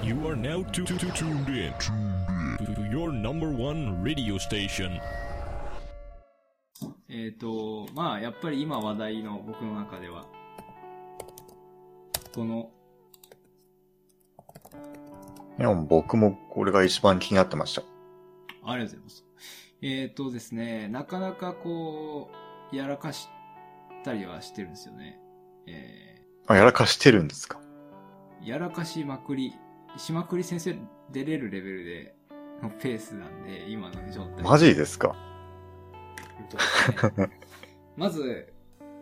You are now tuned in to your number one radio station. まあやっぱり今話題の僕の中ではこのいや僕もこれが一番気になってました。 ありがとうございます。ですね、なかなかこうやらかしたりはしてるんですよね。 やらかしてるんですか？ やらかしまくり先生出れるレベルでのペースなんで今の状態。 マジですか？ まず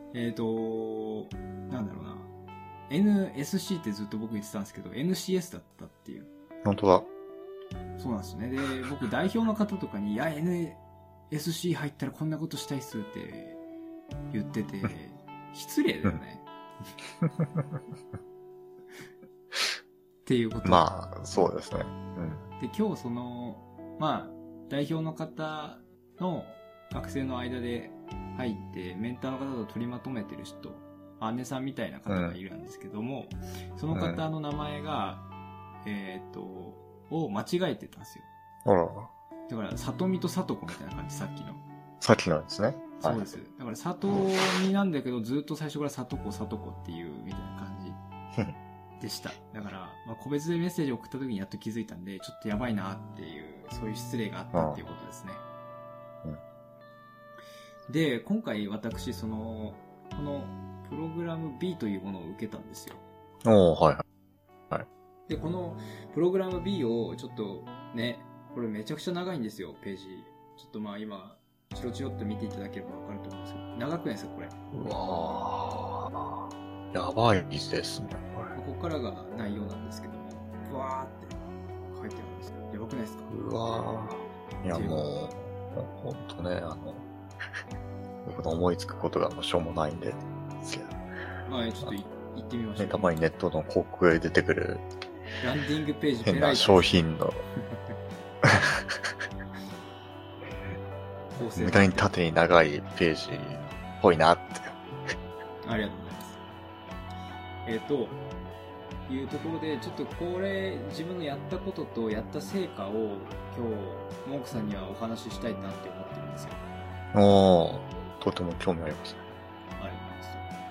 なんだろうな、NSC ってずっと僕言ってたんですけど NCS だったっていう。 本当だ。 そうなんですよね。で僕代表の方とかにいや NSC 入ったらこんなことしたいっすって言ってて失礼だよねっていうこと。 まあそうですね。 で今日そのまあ代表の方の学生の間で入ってメンターの方と取りまとめてる人、姉さんみたいな方がいるんですけども、その方の名前がを間違えてたんですよ。 あら。 だから里見と里子みたいな感じ、さっきの。 さっきのですね。 そうです。だから里見なんだけどずっと最初から里子っていうみたいな感じでした。だから、まあ、個別でメッセージを送った時にやっと気づいたんで、ちょっとやばいなっていう、そういう失礼があったっていうことですね。で、今回私、このプログラム B というものを受けたんですよ。 はいはい。 で、このプログラム B をちょっとね、これめちゃくちゃ長いんですよ、ページ。ちょっとまあ今、チロチロっと見ていただければわかると思うんですけど、長くないですか、これ。 うわー、やばいですね、これ。 ここからが内容なんですけども、ふわーって書いてあるんですよ。やばくないですか？ うわー。いやもう、ほんとね、僕の思いつくことがもうしょうもないんで。 まあちょっと行ってみましょう。 たまにネットの広告で出てくるランディングページ変な商品の無駄に縦に長いページっぽいなって。 ありがとうございます。いうところで、ちょっとこれ、自分のやったこととやった成果を今日、モンクさんにはお話ししたいなって思ってるんですよ。 とても興味あります。 あります。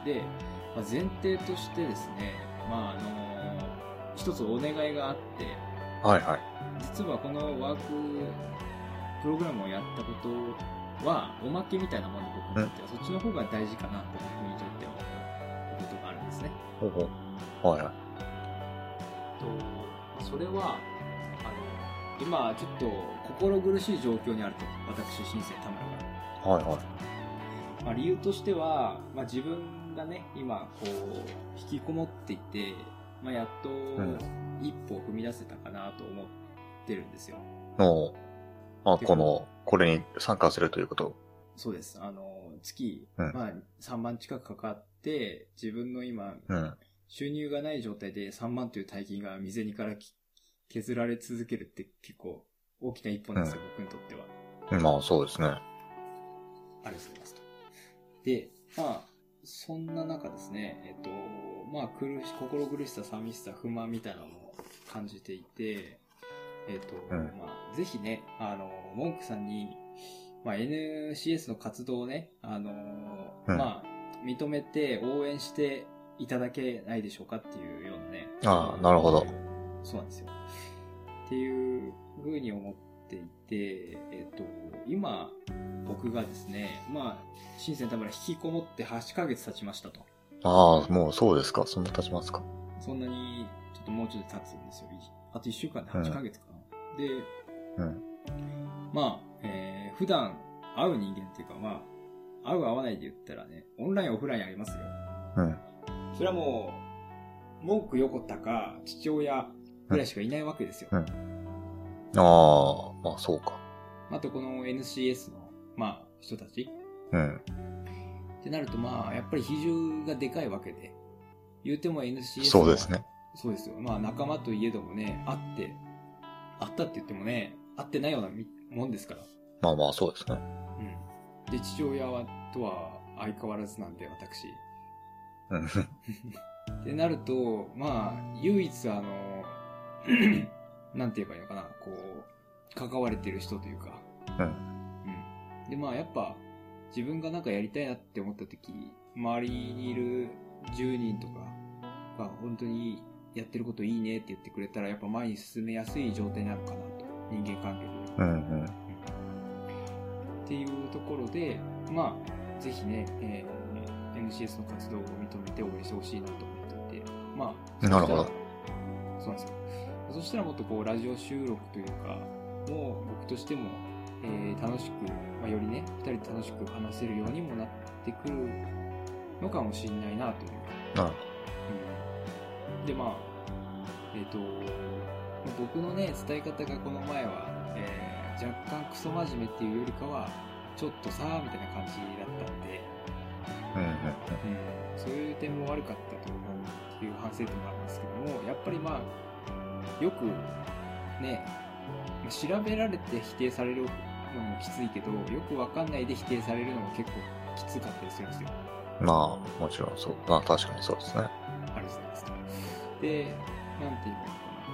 で、まあ、前提としてですね、まあ一つお願いがあって、 はいはい。 実はこのワークプログラムをやったことはおまけみたいなもので僕にとってはそっちの方が大事かなと僕にとっては思うことがあるんですね。 ほうほう。はいはい。 それは今ちょっと心苦しい状況にあると、私新生田村が。 はいはい。 まあ、理由としては、まあ、自分がね今こう引きこもっていて、まあ、やっと一歩を踏み出せたかなと思ってるんですよ。 これに参加するということ。 そうです。月、まあ、3万近くかかって、自分の今、収入がない状態で3万という大金が未銭から削られ続けるって結構大きな一歩なんですよ、僕にとっては。 まあ、そうですね。 ありがとうございますと。で、まあ、そんな中ですね、まあ、心苦しさ、寂しさ、不満みたいなのを感じていて、まあ、ぜひね、モンクさんに、まあ、NCS の活動をね、まあ、認めて応援していただけないでしょうかっていうようなね。 なるほど。 そうなんですよ。っていう風に思っていて、今、僕がですね、まあ、新鮮田村引きこもって8ヶ月経ちましたと。 もうそうですか。そんな経ちますか。 そんなに、ちょっともうちょっと経つんですよ。あと1週間で8ヶ月かな。で、まあ、普段会う人間っていうか、まあ、会う会わないで言ったらね、オンラインオフラインありますよ。それはもう、文句横田か父親ぐらいしかいないわけですよ。 まあそうか。 あとこの NCS の、まあ、人たち。ってなるとまあ、やっぱり比重がでかいわけで。言うても NCS はそうですね。 そうですよ。まあ仲間といえどもね、会ったって言ってもね、会ってないようなもんですから。 まあまあそうですね。 で、父親とは相変わらずなんで、私。ってなると、まあ、唯一なんて言えばいいのかな、こう、関われてる人というか。 うん。 うん。で、まあやっぱ、自分がなんかやりたいなって思った時、周りにいる10人とかが本当にやってることいいねって言ってくれたら、やっぱ前に進めやすい状態なのかなと。人間関係で。 うんうん。 っていうところで、まあ、ぜひね、NCS の活動を認めて応援してほしいなと思っていて、まあ、 なるほど。 そうなんですよ。そしたらもっとこう、ラジオ収録というか、もう僕としても、楽しく、まあ、よりね、二人で楽しく話せるようにもなってくるのかもしれないなという。 なるほうん、で、まあ、僕のね、伝え方がこの前は、若干クソ真面目っていうよりかは、ちょっとさーみたいな感じだったんで、 ど。うんうんそういう点も悪かったと思うっていう反省点もあるんですけども、やっぱりまあ、よくね、調べられて否定されるのもきついけど、よくわかんないで否定されるのも結構きつかったりするんですよ。 うん。まあ、もちろんそう。まあ確かにそうですね。 あるじゃないですか。で、なんていうのかな。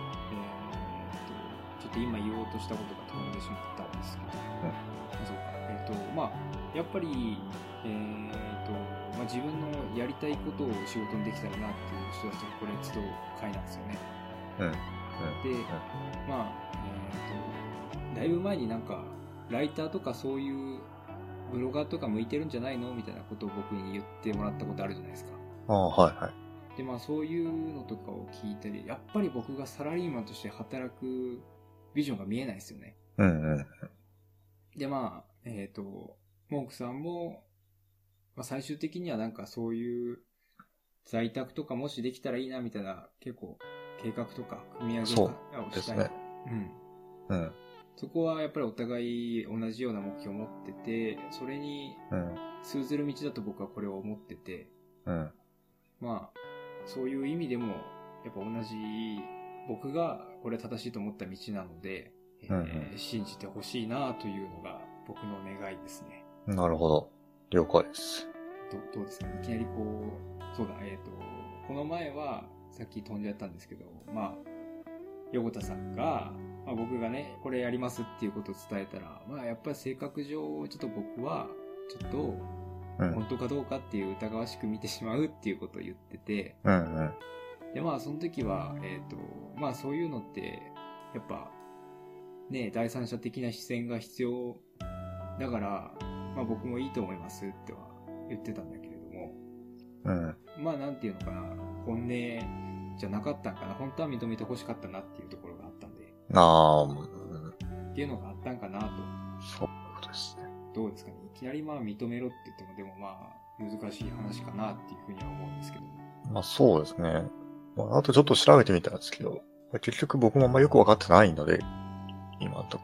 ちょっと今言おうとしたことが飛んでしまったんですけど、そうか。まあ、やっぱり、まあ、自分のやりたいことを仕事にできたらなっていう人たちがこれ集う会なんですよね。 うん。 で、まあ、だいぶ前になんか、ライターとかそういうブロガーとか向いてるんじゃないのみたいなことを僕に言ってもらったことあるじゃないですか。 ああ、はいはい。 で、まあそういうのとかを聞いたり、やっぱり僕がサラリーマンとして働くビジョンが見えないですよね。 うんうん。 で、まあ、モンクさんも、まあ最終的にはなんかそういう在宅とかもしできたらいいなみたいな結構計画とか組み上げをしたい。 ですね。 うん。 うん。 そこはやっぱりお互い同じような目標を持ってて、それにうん。 通ずる道だと僕はこれを思ってて、 うん。 まあ、そういう意味でも、やっぱ同じ、僕がこれ正しいと思った道なので、信じてほしいなというのが僕の願いですね。 なるほど。了解です。 どうですかね。いきなりこう、そうだ、この前は、さっき飛んじゃったんですけど、まあ、横田さんが、まあ、僕がね、これやりますっていうことを伝えたら、まあ、やっぱり性格上、ちょっと僕は、ちょっと、本当かどうかっていう疑わしく見てしまうっていうことを言ってて、 うんうん。 で、まあ、その時は、まあ、そういうのって、やっぱ、ね、第三者的な視線が必要だから、まあ、僕もいいと思いますっては言ってたんだけれども、 うん。 まあ、なんていうのかな、本音じゃなかったんかな、本当は認めてほしかったなっていうところがあったんで、っていうのがあったんかなと。 そういうことですね。 どうですかね。いきなりまあ認めろって言っても、でもまあ、難しい話かなっていうふうには思うんですけど。 まあそうですね。まあ、あとちょっと調べてみたんですけど、結局僕もあんまよくわかってないので、今と。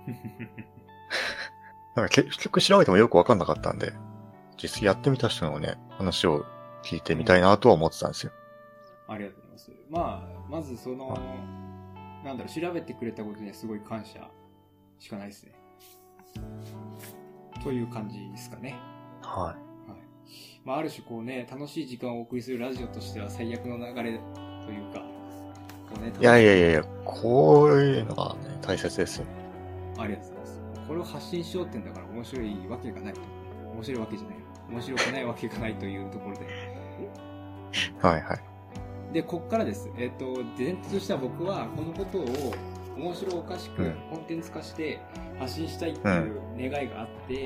なんか結局調べてもよくわかんなかったんで、実際やってみた人のね、話を聞いてみたいなとは思ってたんですよ。 ありがとうございます。まあ、まずその、なんだろう、調べてくれたことにはすごい感謝しかないですね。という感じですかね。 はい。 まあ、ある種こうね、楽しい時間をお送りするラジオとしては最悪の流れというか、こうね、 いや、こういうのがね、大切ですよ。 ありがとうございます。これを発信しようってんだから面白いわけがないと。面白いわけじゃない。面白くないわけがないというところで。 はいはい。 で、こっからです。前提としては僕はこのことを面白おかしくコンテンツ化して発信したいっていう願いがあって、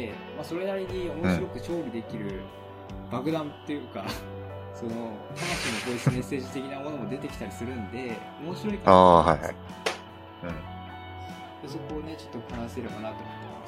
まあそれなりに面白く調理できる爆弾っていうか、その魂のボイスメッセージ的なものも出てきたりするんで、面白いかなと思います。でそこをね、ちょっと話せればなと思ってます。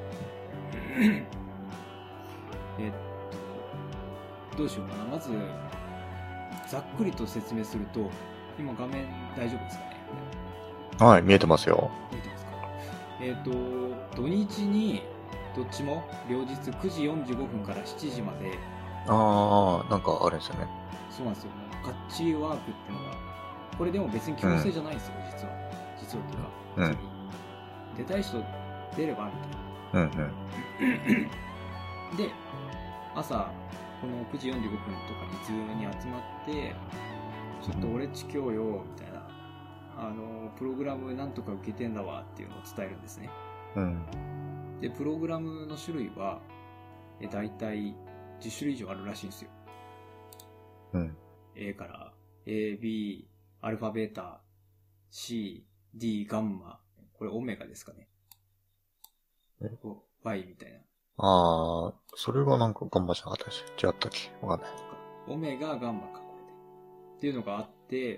どうしようかな。まず、ざっくりと説明すると、今画面大丈夫ですかね？ はい、見えてますよ。 見えてますか？土日に、どっちも、両日9時45分から7時まで。 なんかあるんですよね。 そうなんですよ。がっちりワークっていうのが、これでも別に強制じゃないんですよ、実はっていうか、出たい人出れば、みたいな。で、朝、この9時45分とかにズームに集まって、ちょっと俺っち今日よ、みたいなプログラムなんとか受けてんだわっていうのを伝えるんですね。 うん。 で、プログラムの種類は、だいたい10種類以上あるらしいんですよ。 うん。 A から A、B、アルファベータ、C、D、ガンマ。これオメガですかね。Y みたいな。 ああ、それがなんかガンマじゃなかったし。違ったっけわかんない。 オメガ、ガンマか、これで。っていうのがあって、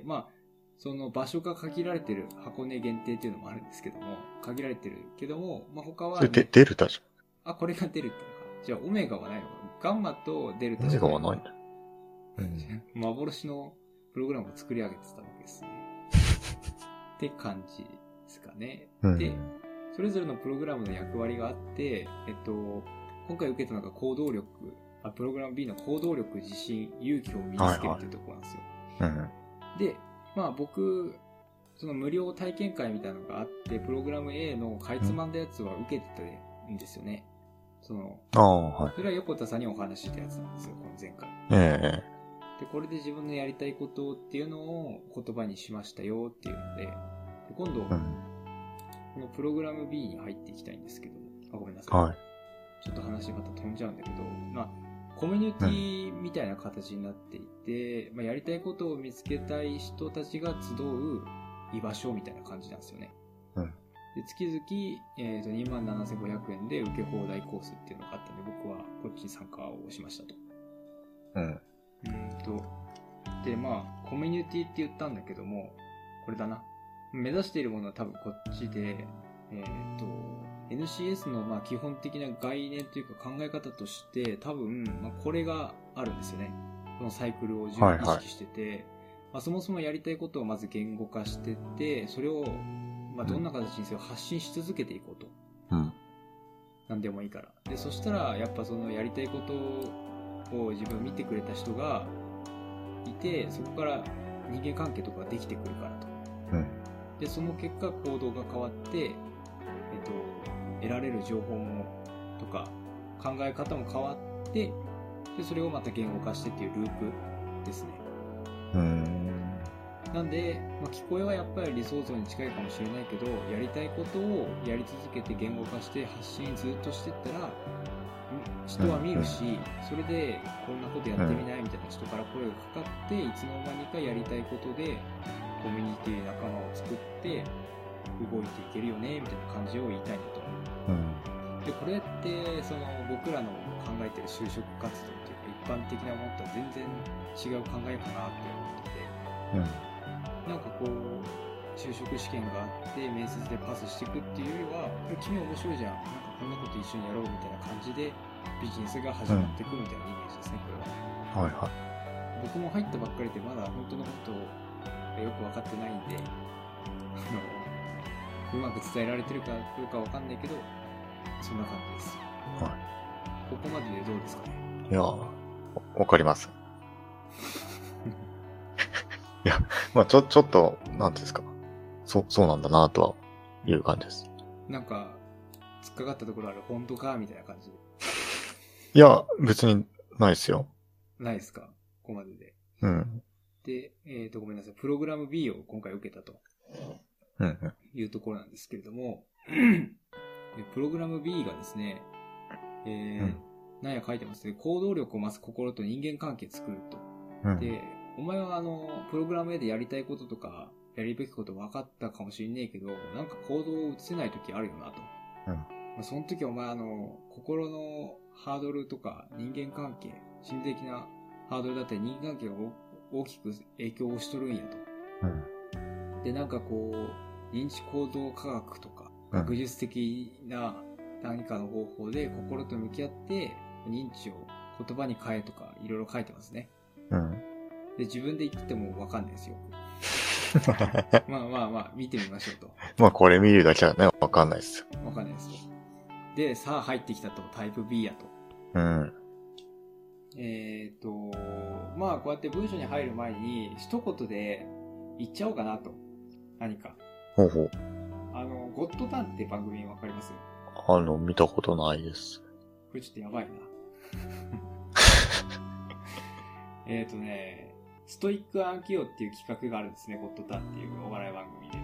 まあ、その場所が限られてる、箱根限定っていうのもあるんですけども、限られてるけども、まあ他は、 それデルタじあ、これがデルタか。じゃあ、オメガはないのか。ガンマとデルゃん。オメタしかガはないんだ。うん。 幻のプログラムを作り上げてたわけですね。って感じですかね。 うん。 で、それぞれのプログラムの役割があって、今回受けたのが行動力、プログラム B の行動力、自信、勇気を身につけるというところなんですよ。 はいはい、 で、まあ僕、その無料体験会みたいなのがあって、プログラム A のかいつまんだやつは受けてたんですよね。それは横田さんにお話ししたやつなんですよ、この前回。 えで、これで自分のやりたいことっていうのを言葉にしましたよっていうので、今度、このプログラム B に入っていきたいんですけど、ごめんなさい。 はい。 ちょっと話また飛んじゃうんだけど、まあ、コミュニティみたいな形になっていて、まあ、やりたいことを見つけたい人たちが集う居場所みたいな感じなんですよね。 うん。 で、月々、27,500円で受け放題コースっていうのがあったんで、僕はこっちに参加をしましたと。 うん。 で、まあ、コミュニティって言ったんだけども、これだな。目指しているものは多分こっちで、NCS のまあ基本的な概念というか考え方として多分、まあ、これがあるんですよね。このサイクルを意識してて、まあ、そもそもやりたいことをまず言語化してって、それをまあどんな形にせよ発信し続けていこうと。 うん。 なんでもいいから。で、そしたらやっぱそのやりたいことを自分見てくれた人がいて、そこから人間関係とかできてくるからと。 うん。 で、その結果行動が変わって、得られる情報もとか考え方も変わって、でそれをまた言語化してっていうループですね。なんで、まあ、聞こえはやっぱり理想像に近いかもしれないけど、やりたいことをやり続けて言語化して発信ずっとしてったら人は見るし、それでこんなことやってみないみたいな人から声がかかって、いつの間にかやりたいことでコミュニティ仲間を作って動いていけるよねみたいな感じを言いたいなと。で、これってその僕らの考えてる就職活動というか一般的なものとは全然違う考えかなって思ってて、なんかこう就職試験があって面接でパスしていくっていうよりは、君面白いじゃん、なんかこんなこと一緒にやろうみたいな感じでビジネスが始まっていくみたいなイメージですね、これは。はいはい。僕も入ったばっかりでまだ本当のことをよく分かってないんで、うまく伝えられてるかどうかわかんないけど、そんな感じです。はい。ここまででどうですかね。 いや、わかります。いや、まあちょっと、なんていうんですか。そうなんだなとは、いう感じです。 なんか、突っかかったところある、本当かみたいな感じで。 いや、別にないですよ。 ないですか、ここまでで。 うん。 で、ごめんなさい。プログラム B を今回受けたと。いうところなんですけれども、プログラム B がですね、なんや書いてますね。行動力を増す心と人間関係作ると。で、お前はプログラム A でやりたいこととか、やるべきこと分かったかもしれねえけど、なんか行動を移せない時あるよなと。まあ、その時お前心のハードルとか人間関係、心理的なハードルだったり人間関係が大きく影響をしとるんやと。で、なんかこう、認知行動科学とか、学術的な何かの方法で心と向き合って、認知を言葉に変えとか、いろいろ書いてますね。で、自分で言っててもわかんないですよ。まあ、見てみましょうと。 まあ、これ見るだけはね、わかんないですよ。 わかんないですよ。で、さあ入ってきたと、タイプ B やと。まあ、こうやって文章に入る前に、一言で言っちゃおうかなと。何か。 ほうほう。 ゴッドタンって番組わかります？ 見たことないです。 これちょっとやばいな。ストイックアンキオっていう企画があるんですね、ゴッドタンっていうお笑い番組で。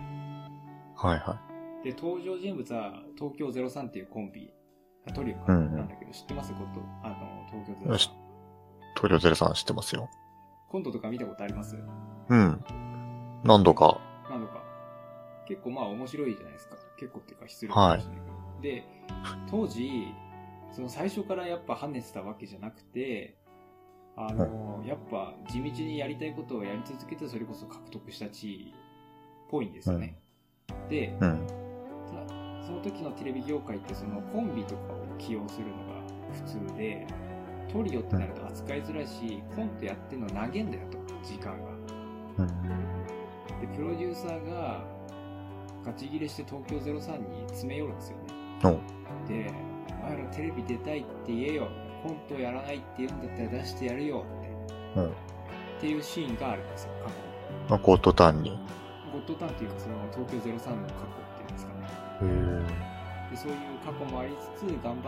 はいはで、登場人物は東京03っていうコンビ、トリオうんうんなんだけど、知ってます東京よし 03。 トリオゼロさん知ってますよ。 コントとか見たことあります？ うん。何度か。 何度か。結構まあ面白いじゃないですか。結構っていうか失礼かもしれないけど。で、当時、その最初からやっぱ跳ねてたわけじゃなくて、やっぱ地道にやりたいことをやり続けてそれこそ獲得した地位っぽいんですよね。で、 うん。 その時のテレビ業界ってそのコンビとかを起用するのが普通で、トリオってなると扱いづらいし、コントやってんの投げんだよと、時間が。 うん。 で、プロデューサーがガチ切れして東京03に詰め寄るんですよね。 おで、お前らテレビ出たいって言えよ。コントやらないって言うんだったら出してやるよって。 うん。 っていうシーンがあるんですよ、過去に。 まあ、ゴッドタンに。 ゴッドタンっていうか、その東京03の過去っていうんですかね。 へで、そういう過去もありつつ、頑張って、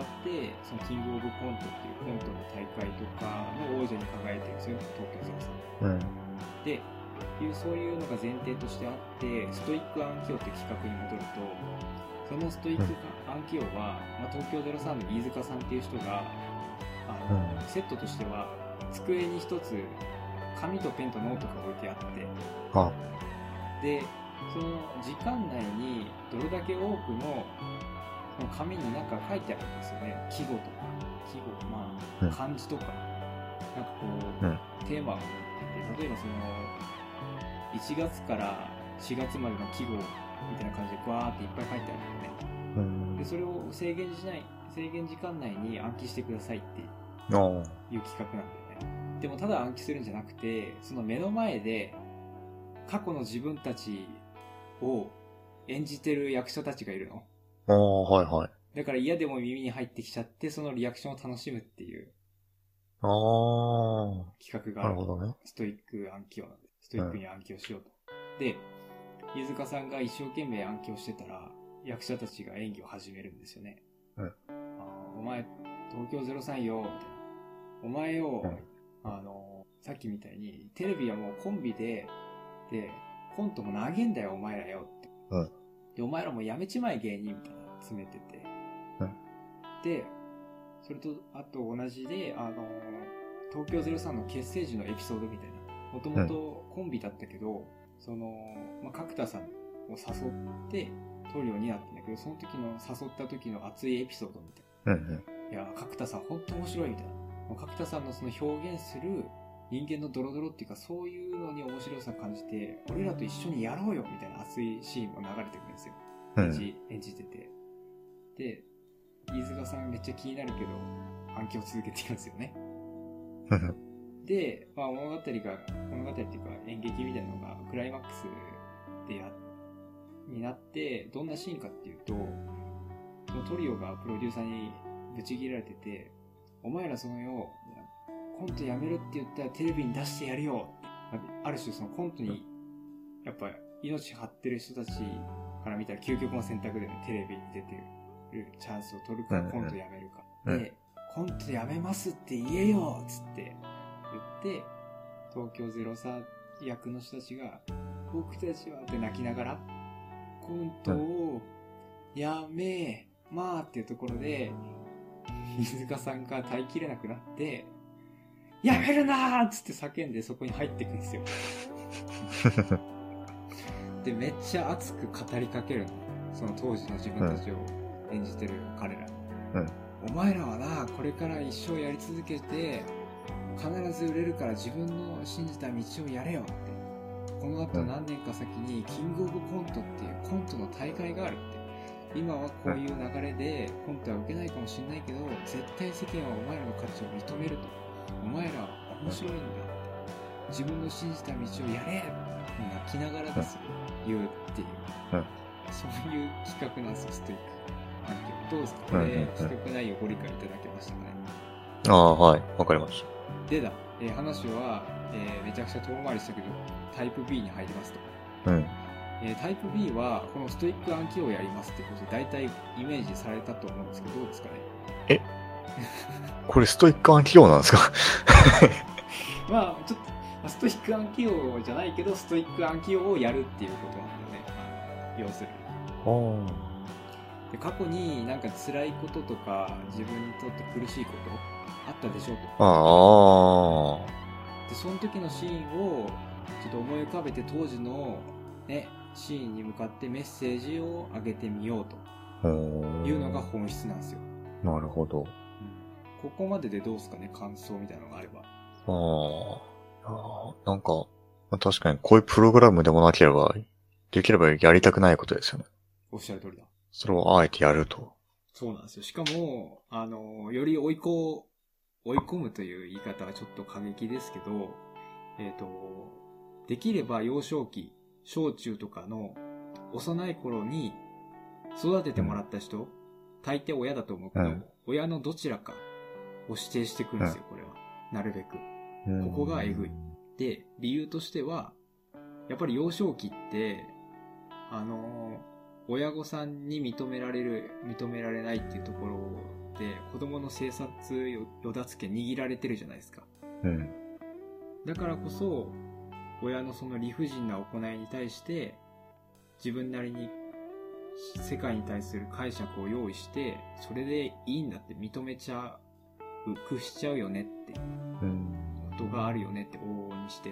そのキングオブコントっていうコントの大会とかの王者に輝いてるんですよ、東京03。 うん。 で、そういうのが前提としてあって、ストイック暗記王って企画に戻ると、そのストイック暗記王は、まあ、東京03の飯塚さんっていう人が、セットとしては、机に一つ、紙とペンとノートが置いてあって、 あ、 で、その時間内にどれだけ多くのその紙に何か書いてあるんですよね。季語とか、まあ、漢字とか、なんかこう、テーマを持ってて、例えばその、1月から4月までの季語みたいな感じでバーっていっぱい書いてあるんだよね。で、それを制限時間内に暗記してくださいっていう企画なんだよね。でもただ暗記するんじゃなくて、その目の前で過去の自分たちを演じてる役者たちがいるの。 ああ、はいはい。 だから嫌でも耳に入ってきちゃって、そのリアクションを楽しむっていう企画がある。 なるほどね。 ストイック暗記をなんで、ストイックに暗記をしようと。で、飯塚さんが一生懸命暗記をしてたら、役者たちが演技を始めるんですよね。お前、東京03よ、みたいな。お前よ、さっきみたいに、テレビはもうコンビで、コントも投げんだよ、お前らよって。で、お前らもやめちまえ芸人みたいな詰めてて。で、それと、あと同じで、東京03の結成時のエピソードみたいな。もともとコンビだったけど、角田さんを誘ってトリオになったんだけど、その時の誘った時の熱いエピソードみたいな。いや、角田さん本当面白いみたいな。角田さんのその表現する人間のドロドロっていうか、そういうのに面白さ感じて、俺らと一緒にやろうよみたいな熱いシーンも流れてくるんですよ。演じてて。で、飯塚さんめっちゃ気になるけど、暗記を続けているんですよね。で、まあ物語っていうか演劇みたいなのがクライマックスでになって、どんなシーンかっていうと、そのトリオがプロデューサーにブチ切られてて、お前らそのよ、コントやめるって言ったらテレビに出してやるよ。ある種そのコントに、やっぱ命張ってる人たちから見たら究極の選択でね、テレビに出てるチャンスを取るか、コントやめるか。で、コントやめますって言えよつって言って、東京03役の人たちが、僕たちはって泣きながら、コントをやめまーっていうところで、飯塚さんが耐えきれなくなって、やめるなーっつって叫んでそこに入っていくんですよ。で、めっちゃ熱く語りかけるの。その当時の自分たちを演じてる彼らに。お前らはな、これから一生やり続けて、必ず売れるから自分の信じた道をやれよって。この後何年か先にキングオブコントっていうコントの大会があるって。今はこういう流れでコントは受けないかもしれないけど、絶対世間はお前らの価値を認めると。お前らは面白いんだって。自分の信じた道をやれって泣きながらですよ、言うっていう。そういう企画なんですよ、ストイック。どうですかこれ、企画内容ご理解いただけましたかね。 ああ、はい。わかりました。 でだ、話は、めちゃくちゃ遠回りしたけど、タイプ B に入りますと。タイプ B は、このストイック暗記をやりますってことで、大体イメージされたと思うんですけど、どうですかね。 これストイック暗記王なんですか？ まあ、ちょっと、ストイック暗記王じゃないけど、ストイック暗記王をやるっていうことなんだよね。要するに。 はで、過去になんか辛いこととか、自分にとって苦しいことあったでしょうあ。ああ。 と。で、その時のシーンをちょっと思い浮かべて当時のね、シーンに向かってメッセージを上げてみようというのが本質なんですよ。 なるほど。 ここまででどうですかね、感想みたいなのがあれば。 なんか、確かにこういうプログラムでもなければ、できればやりたくないことですよね。 おっしゃる通りだ。 それをあえてやると。 そうなんですよ。しかも、より追い込むという言い方はちょっと過激ですけど、できれば幼少期、小中とかの幼い頃に育ててもらった人、大抵親だと思うけど、親のどちらかを指定してくるんですよ、これは。なるべく。ここがえぐい。で、理由としては、やっぱり幼少期って、親御さんに認められないっていうところで、子供の生殺与奪権握られてるじゃないですか。だからこそ、親のその理不尽な行いに対して、自分なりに世界に対する解釈を用意して、それでいいんだって認めちゃう、屈しちゃうよねってことがあるよねって往々にして。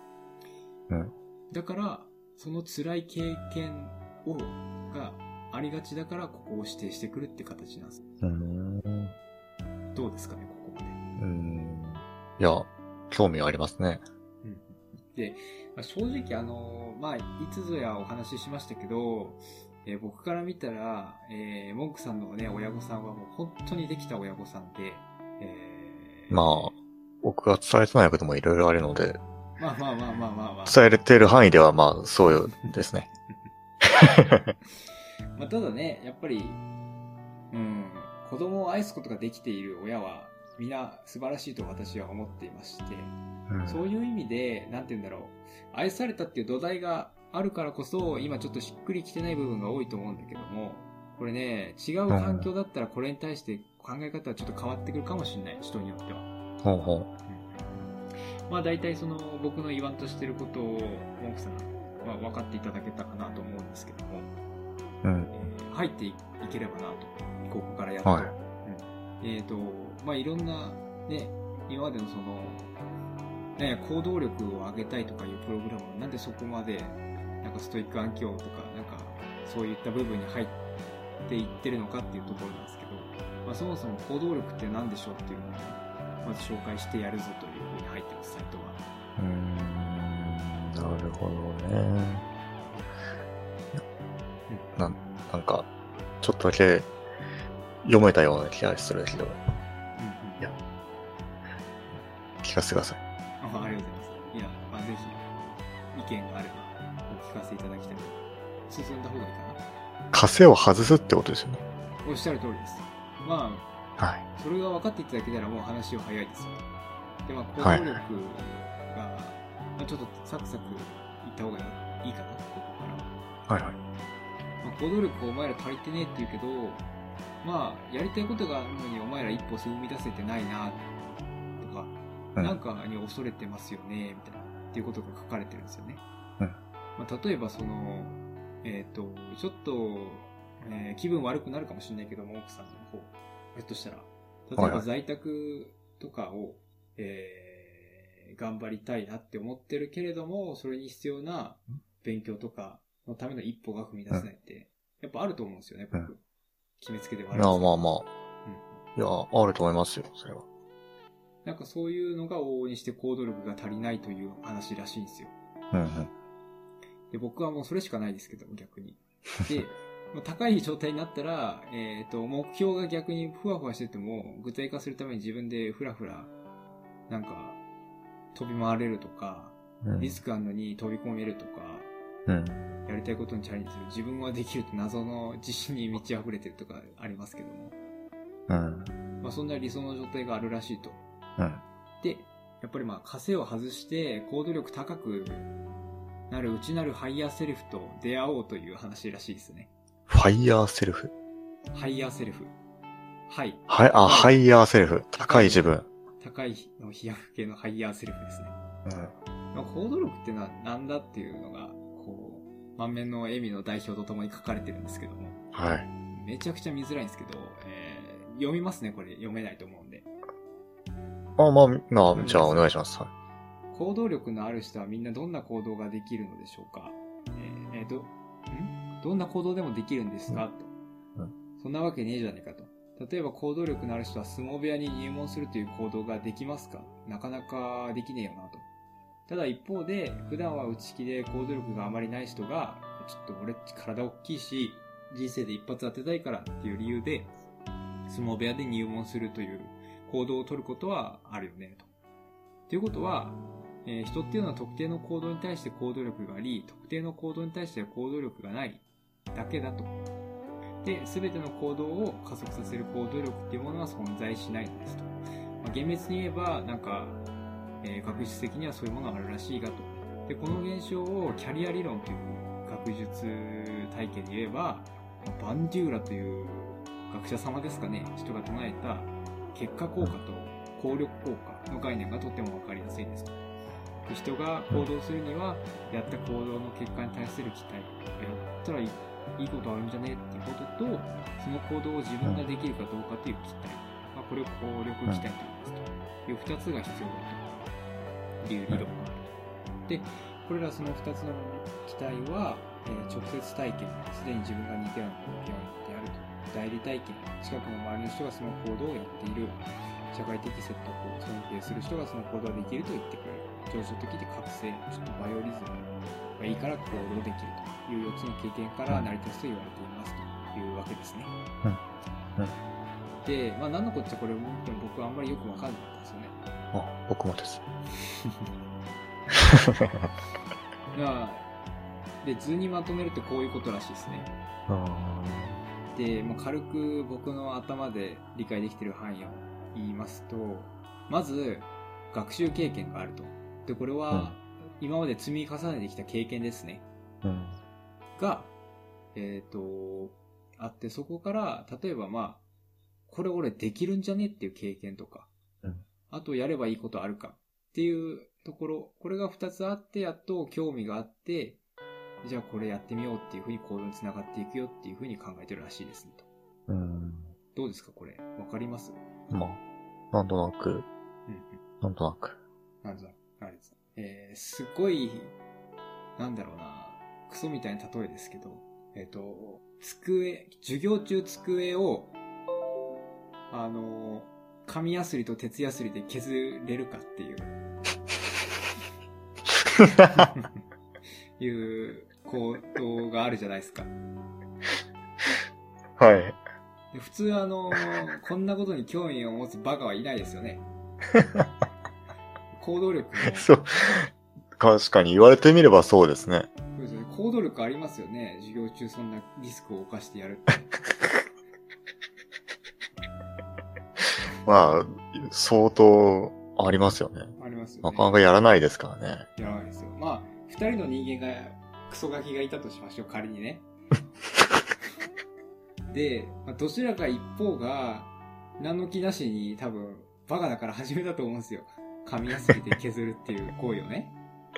だから、その辛い経験がありがちだからここを指定してくるって形なんです。どうですかね、ここまで。 いや、興味はありますね。 で、正直いつぞやお話ししましたけど、僕から見たら、モンクさんのね、親御さんはもう本当にできた親御さんで、 僕が伝えてないこともいろいろあるので、 まあ。 伝えれてる範囲ではそうですね。 ただね、やっぱり、子供を愛すことができている親は、みんな素晴らしいと私は思っていまして、そういう意味で、なんて言うんだろう、愛されたっていう土台があるからこそ、今ちょっとしっくりきてない部分が多いと思うんだけども、これね、違う環境だったらこれに対して考え方はちょっと変わってくるかもしれない、人によっては。大体その僕の言わんとしてることをモンクさんは分かっていただけたかなと思うんですけども、入っていければなと、ここからやっと。いろんなね、今までのその、行動力を上げたいとかいうプログラムをなんでそこまでなんかストイック暗記とかなんかそういった部分に入っていってるのかっていうところなんですけど、そもそも行動力って何でしょうっていうのをまず紹介してやるぞというふうに入ってます、サイトは。 なるほどね。なんか、ちょっとだけ読めたような気がするけど、いや、聞かせてください。 ありがとうございます。いや、ぜひ、意見があれば、お聞かせいただきたい。進んだ方がいいかな。 枷を外すってことですよね。 おっしゃる通りです。それが分かっていただけたらもう話は早いですよ。で、行動力が、ちょっとサクサクいった方がいいかな、ここから。行動力お前ら足りてねえって言うけど、やりたいことがあるのにお前ら一歩踏み出せてないな、とか、なんかに恐れてますよね、みたいな、っていうことが書かれてるんですよね。例えばその、ちょっと、気分悪くなるかもしれないけども、奥さんの方、ひょっとしたら、例えば在宅とかを、頑張りたいなって思ってるけれども、それに必要な勉強とかのための一歩が踏み出せないって、やっぱあると思うんですよね、僕。決めつけで悪いですけど。 いや、あると思いますよ、それは。 なんかそういうのが往々にして行動力が足りないという話らしいんですよ。で、僕はもうそれしかないですけど、逆に。で、高い状態になったら、目標が逆にふわふわしてても、具体化するために自分でふらふら、なんか、飛び回れるとか、リスクあるのに飛び込めるとか、やりたいことにチャレンジする。自分はできるって謎の自信に満ち溢れてるとかありますけども。そんな理想の状態があるらしいと。で、やっぱり枷を外して行動力高くなる内なるハイヤーセルフと出会おうという話らしいですね。 ファイヤーセルフ。 ハイヤーセルフ。 ハイヤーセルフ。高い自分。 高いの飛躍系のハイヤーセルフですね。行動力ってのはなんだっていうのが、 満面の笑みの代表とともに書かれてるんですけども、 はい。 めちゃくちゃ見づらいんですけど、読みますね、これ。読めないと思うんで。 じゃあお願いします。はい。 行動力のある人はみんなどんな行動ができるのでしょうか。どんな行動でもできるんですか、と。そんなわけねえじゃねえかと。例えば行動力のある人は相撲部屋に入門するという行動ができますか？なかなかできねえよなと。ただ一方で、普段は内気で行動力があまりない人が、ちょっと俺体大きいし、人生で一発当てたいからっていう理由で、相撲部屋で入門するという行動を取ることはあるよねと。ということは、人っていうのは特定の行動に対して行動力があり、特定の行動に対しては行動力がないだけだと。で、すべての行動を加速させる行動力っていうものは存在しないんですと。厳密に言えば、なんか、学術的にはそういうものがあるらしいがと。で、この現象をキャリア理論という学術体系で言えば、バンデューラという学者様ですかね、人が唱えた結果効果と効力効果の概念がとってもわかりやすいですと。で、人が行動するには、やった行動の結果に対する期待、やったらいいことあるんじゃねっていうことと、その行動を自分ができるかどうかという期待、これを効力期待と言いますという2つが必要だという理論があると。で、これらその2つの期待は、直接体験、すでに自分が似たような経験をやってあると。代理体験、近くの周りの人がその行動をやっている。社会的説得を尊敬する人がその行動ができると言ってくれる。情緒的で覚醒、ちょっとバイオリズムがいいから行動できるという4つの経験から成り立つと言われていますというわけですね。で、何のこっちゃこれを見ても僕はあんまりよくわかんなかったですよね。 僕もです。 で、図にまとめるとこういうことらしいですね。で、軽く僕の頭で理解できている範囲を言いますと、まず、学習経験があると。で、これは、今まで積み重ねてきた経験ですね。が、あって、そこから、例えばこれ俺できるんじゃねっていう経験とか、あとやればいいことあるかっていうところ、これが2つあって、やっと興味があって、じゃあこれやってみようっていうふうに行動につながっていくよっていうふうに考えてるらしいですねと。どうですかこれ。わかります？ なんとなく。なんとなく。 あれです。すごい、なんだろうな、クソみたいな例えですけど、授業中机を、紙やすりと鉄やすりで削れるかっていう。いう行動があるじゃないですか。 はい。 で普通こんなことに興味を持つバカはいないですよね。行動力も。 そう。確かに言われてみればそうですね。 そうですね。行動力ありますよね。授業中そんなリスクを冒してやるって。 相当ありますよね。 ありますよね。 なかなかやらないですからね。 やらないですよ。二人の人間がクソガキがいたとしましょう、仮にね。で、どちらか一方が何の気なしに多分バカだから始めたと思うんですよ。紙やすりで削るっていう行為をね。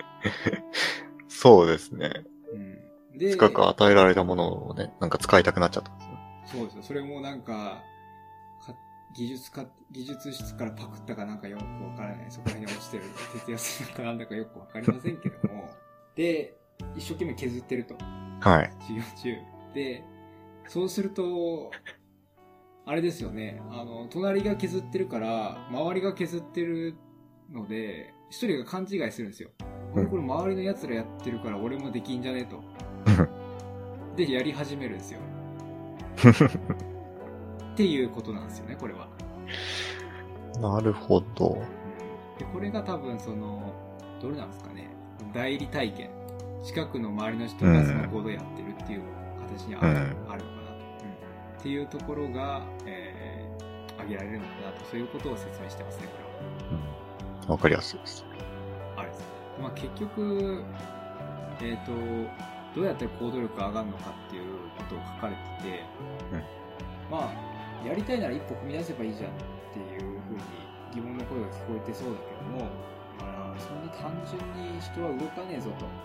そうですね。 で、 深く与えられたものをね、なんか使いたくなっちゃったんですね。 そうですよ。それもなんか、技術室からパクったかなんかよくわからない。そこら辺に落ちてる鉄やすりかなんだかよくわかりませんけども。で、一生懸命削ってると。 はい。 授業中。で、そうすると、あれですよね。隣が削ってるから、周りが削ってるので、一人が勘違いするんですよ。これ周りの奴らやってるから俺もできんじゃねと。で、やり始めるんですよ。っていうことなんですよね、これは。 なるほど。 で、これが多分どれなんですかね。代理体験。近くの周りの人がその行動をやってるっていう形にあるのかな。っていうところが、挙げられるのかなと、そういうことを説明してますね、これは。 わかりやすいです。 あれです。結局、どうやって行動力が上がるのかっていうことを書かれてて、やりたいなら一歩踏み出せばいいじゃんっていう風に疑問の声が聞こえてそうだけども、そんな単純に人は動かねえぞと。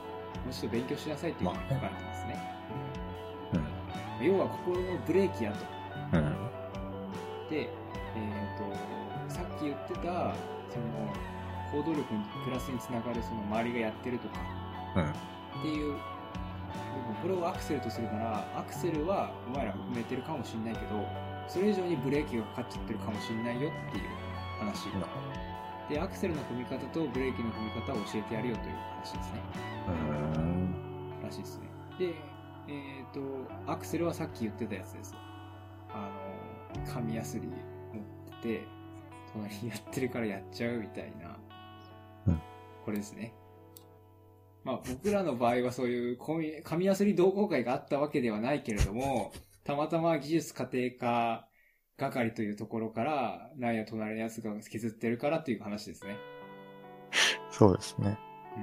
うちょっと勉強しなさいっていうふうに書かれてますね。 うん。 要は心のブレーキやと。 うん。 で、さっき言ってた、その、行動力にプラスにつながるその周りがやってるとか、 うん。 っていう、これをアクセルとするなら、アクセルはお前ら踏めてるかもしんないけど、それ以上にブレーキがかかっちゃってるかもしんないよっていう話。で、アクセルの踏み方とブレーキの踏み方を教えてやるよという話ですね。らしいですね。で、アクセルはさっき言ってたやつです。紙やすり持ってて、隣にやってるからやっちゃうみたいな、これですね。まあ僕らの場合はそういう紙やすり同好会があったわけではないけれども、たまたま技術家庭科係というところから、なんや隣のやつが削ってるからっていう話ですね。 そうですね。 うん。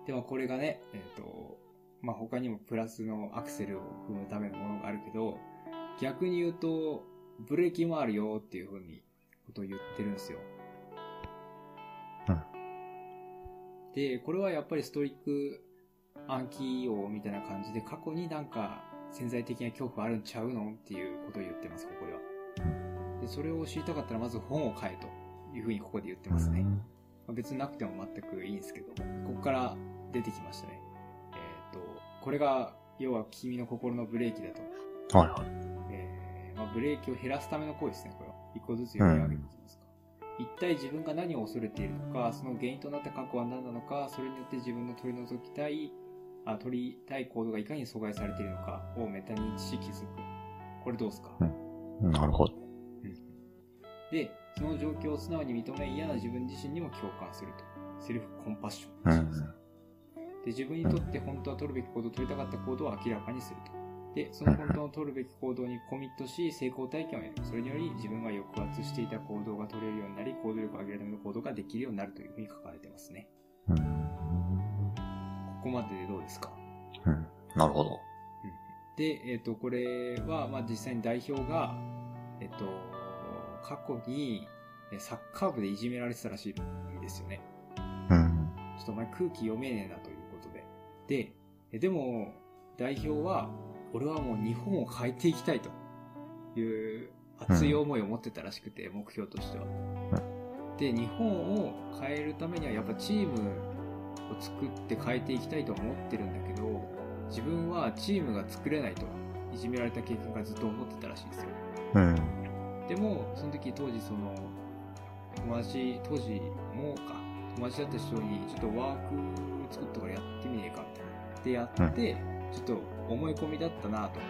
でもこれがね、まあ他にもプラスのアクセルを踏むためのものがあるけど、逆に言うと、ブレーキもあるよっていう風にことを言ってるんですよ。 うん。 で、これはやっぱりストイック暗記王みたいな感じで過去になんか潜在的な恐怖あるんちゃうのっていうことを言ってます、ここでは。で、それを知りたかったらまず本を買えという風にここで言ってますね。まあ、別になくても全くいいんですけど、ここから出てきましたね。これが要は君の心のブレーキだと。 はいはい。 まあ、ブレーキを減らすための行為ですね、これは。一個ずつ読み上げていきますか。一体自分が何を恐れているのか、その原因となった過去は何なのか、それによって自分の取りたい行動がいかに阻害されているのかをメタ認知し気づく。これどうですか？ なるほど。 で、その状況を素直に認め、嫌な自分自身にも共感すると。セルフコンパッション。で、自分にとって本当は取るべき行動、取りたかった行動を明らかにすると。で、その本当の取るべき行動にコミットし、成功体験を得る。それにより自分は抑圧していた行動が取れるようになり、行動力を上げるための行動ができるようになるというふうに書かれてますね。ここまででどうですか？ なるほど。 で、これは、まあ、実際に代表が、過去にサッカー部でいじめられてたらしいんですよね。ちょっとお前空気読めねえなということで。でも、代表は、俺はもう日本を変えていきたいという熱い思いを持ってたらしくて、目標としては。で、日本を変えるためにはやっぱチームを作って変えていきたいと思ってるんだけど、自分はチームが作れないと、いじめられた経験からずっと思ってたらしいんですよ。でも、その時当時友達だった人にちょっとワーク作ったからやってみねえかみたいな。でやって、ちょっと思い込みだったなと。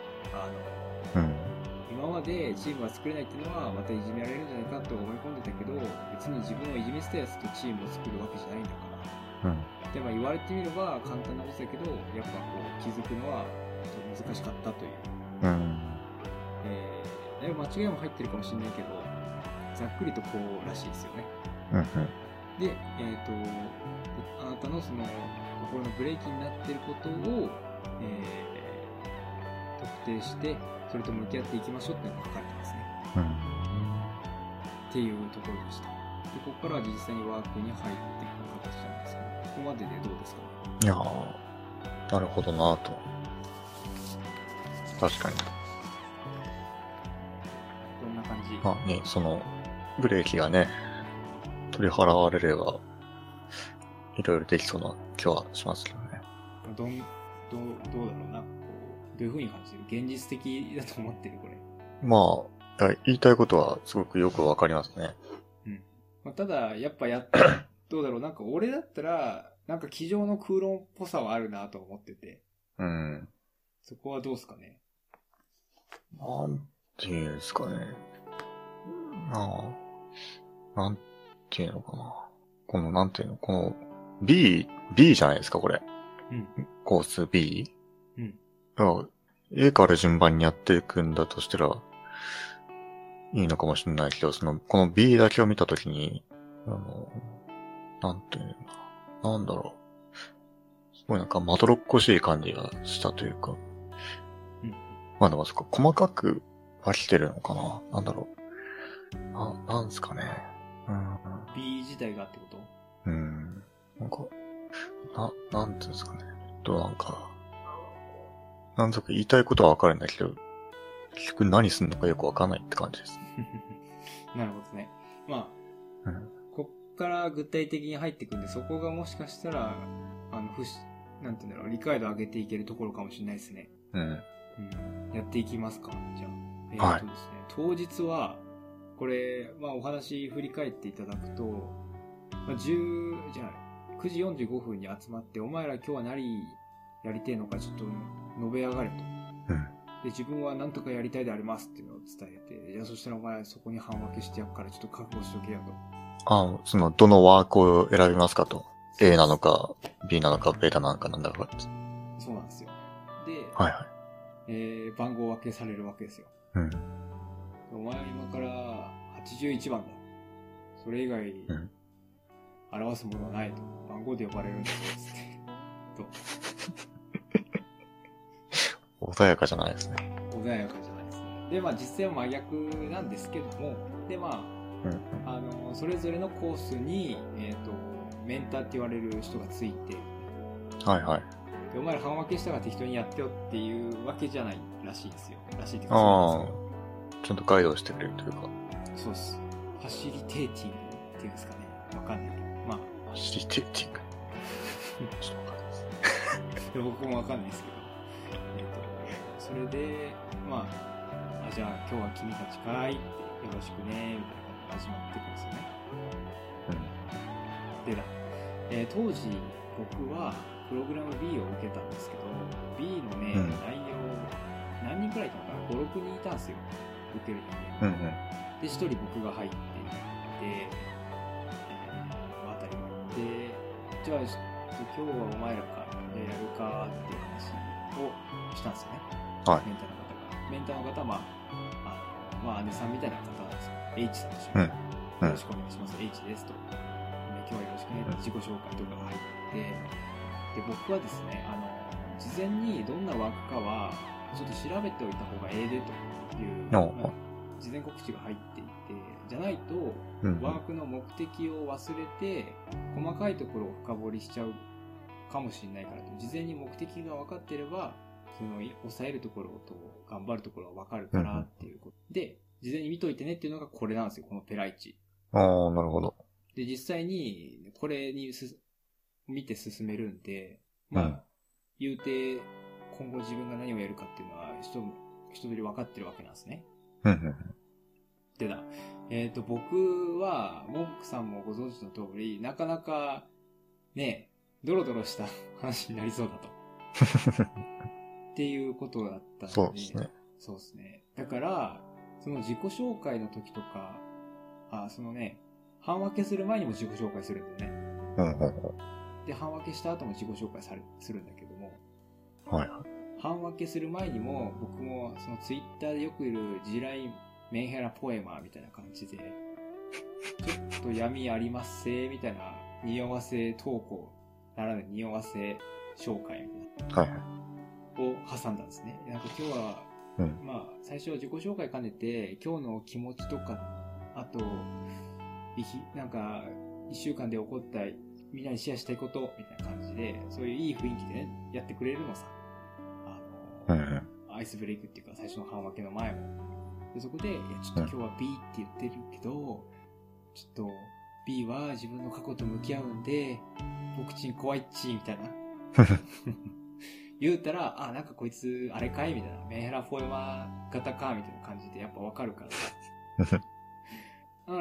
今までチームが作れないっていうのはまたいじめられるんじゃないかと思い込んでたけど、別に自分をいじめてたやつとチームを作るわけじゃないんだから。で、まあ言われてみれば簡単なことだけど、やっぱこう気づくのはちょっと難しかったという。だいぶ間違いも入ってるかもしれないけど、ざっくりとこうらしいですよね。で、あなたのその心のブレーキになっていることを、特定して、それと向き合っていきましょうっていうのが書かれてますね。っていうところでした。で、ここからは実際にワークに入っていく形なんですけど、ここまででどうですかね？ いやー、なるほどなと。確かに。 どんな感じ？ まあね、その、ブレーキがね、取り払われれば、いろいろできそうな気はしますけどね。 どうだろうな、こう、どういう風に感じる？現実的だと思ってる、これ。 まあ、言いたいことはすごくよくわかりますね。 まあ、ただ、やっぱどうだろう、なんか俺だったら、なんか机上の空論っぽさはあるなと思ってて。そこはどうすかね？ なんていうんですかね。なんていうのかな。この B じゃないですか、これ。コース B？A から順番にやっていくんだとしたら、いいのかもしれないけど、この B だけを見たときに、なんていうのかな。なんだろう。すごいなんかまどろっこしい感じがしたというか。まあでもそこ細かく分けてるのかな。なんだろう。なんすかね。 B 自体がってこと？ なんか、なんていうんですかね。 となんか、なんとか言いたいことはわかるんだけど、結局何すんのかよくわかんないって感じです。 なるほどね。まあ、こっから具体的に入っていくんで、そこがもしかしたら、なんていうんだろう、理解度上げていけるところかもしれないですね。やっていきますか、じゃあ。ですね、当日は、これ、まあお話振り返っていただくと、9時45分に集まって、お前ら今日は何やりてえのかちょっと述べ上がれと。で、自分は何とかやりたいでありますっていうのを伝えて、じゃあそしたらお前そこに半分けしてやるからちょっと覚悟しとけよと。 どのワークを選びますかと。A なのか、B なのか、ベータなのかなんだか。 そうなんですよ。で、番号分けされるわけですよ。お前は今から81番だ。それ以外、表すものはないと。番号で呼ばれるんだぞ、つって。 穏やかじゃないですね。 穏やかじゃないですね。で、まあ実際は真逆なんですけども、で、まあ、それぞれのコースに、メンターって言われる人がついて、で、お前ら半分けしたから適当にやってよっていうわけじゃないらしいんですよ。らしいっていうか、 ちゃんとガイドしてくれるというか。 そうです。ファシリテーティングっていうんですかね。わかんないけど。まあ。 ファシリテーティングちょっとわかんないです。 僕もわかんないですけど。それで、まあ、じゃあ今日は君たちかいって、よろしくね、みたいな感じで始まっていくんですよね。で当時、僕は、プログラム B を受けたんですけど、B のね、内容、何人くらいいたのかな ?5、6人いたんですよ。受ける人間。で、1人僕が入っていって、あたりもいて、じゃあ、今日はお前らからやるかっていう話をしたんですよね。メンターの方が。メンターの方は、まあ、姉さんみたいな方なんですよ。H さんとしましょう。よろしくお願いします。H ですと。今日はよろしくね。自己紹介とかが入って、で、僕はですね、事前にどんなワークかは、ちょっと調べておいた方がええでという、事前告知が入っていて、じゃないと、ワークの目的を忘れて、細かいところを深掘りしちゃうかもしれないからと、事前に目的が分かってれば、抑えるところと頑張るところは分かるからっていうことで、事前に見といてねっていうのがこれなんですよ、このペライチ。 なるほど。 で、実際に、これに見て進めるんで、まあ、言うて、今後自分が何をやるかっていうのは、一通り分かってるわけなんですね。でだ、僕は、モンクさんもご存知の通り、なかなか、ね、ドロドロした話になりそうだと。っていうことだったので。 そうですね。 そうですね。だから、その自己紹介の時とか、半分けする前にも自己紹介するんだよね。で、半分けした後も自己紹介するんだけども。半分けする前にも、僕もそのツイッターでよくいる地雷メンヘラポエマーみたいな感じで、ちょっと闇ありますせみたいな匂わせ投稿ならぬ匂わせ紹介みたいな。を挟んだんですね。なんか今日は、まあ、最初は自己紹介兼ねて、今日の気持ちとか、あと、なんか、一週間で起こったみんなにシェアしたいこと、みたいな感じで、そういういい雰囲気でね、やってくれるのさ。アイスブレイクっていうか、最初の半分けの前も。で、そこで、いや、ちょっと今日は B って言ってるけど、ちょっと、B は自分の過去と向き合うんで、僕ちん怖いっち、みたいな。言うたら、なんかこいつ、あれかいみたいな。メンヘラフォーマー型かみたいな感じでやっぱわかるから。だから、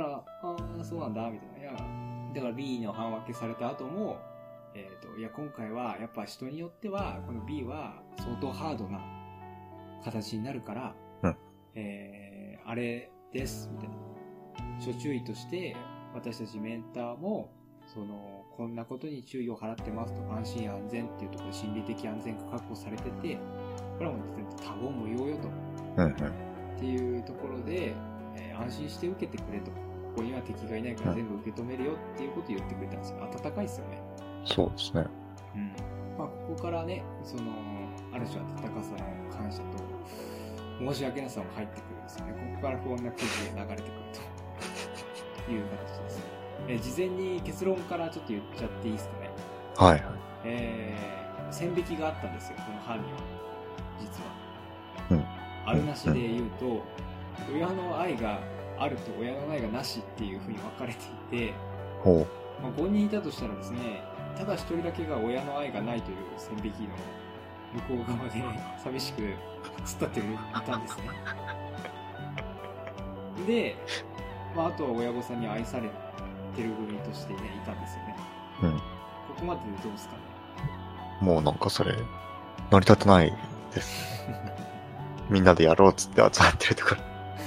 そうなんだ、みたいな。いや、だから B の半分けされた後も、いや、今回はやっぱ人によっては、この B は相当ハードな形になるから、あれです、みたいな。諸注意として、私たちメンターも、こんなことに注意を払ってますと、安心安全っていうところで心理的安全が確保されてて、これはもう多言無用よと。っていうところで、安心して受けてくれと。ここには敵がいないから全部受け止めるよっていうことを言ってくれたんですよ。温かいですよね。 そうですね。 まあ、ここからね、ある種温かさの感謝と、申し訳なさも入ってくるんですよね。ここから不穏な空気が流れてくるという形です。事前に結論からちょっと言っちゃっていいですかね。 線引きがあったんですよ、この班には。実は。 うん。 あるなしで言うと、親の愛があると親の愛がなしっていう風に分かれていて、 ほう。 まあ、5人いたとしたらですね、ただ1人だけが親の愛がないという線引きの向こう側で寂しく突っ立っていたんですね。で、まあ、あとは親御さんに愛されてる組としてね、いたんですよね。 うん。 ここまででどうですかね。 もうなんかそれ、成り立たないですね。みんなでやろうっつって集まってるところ。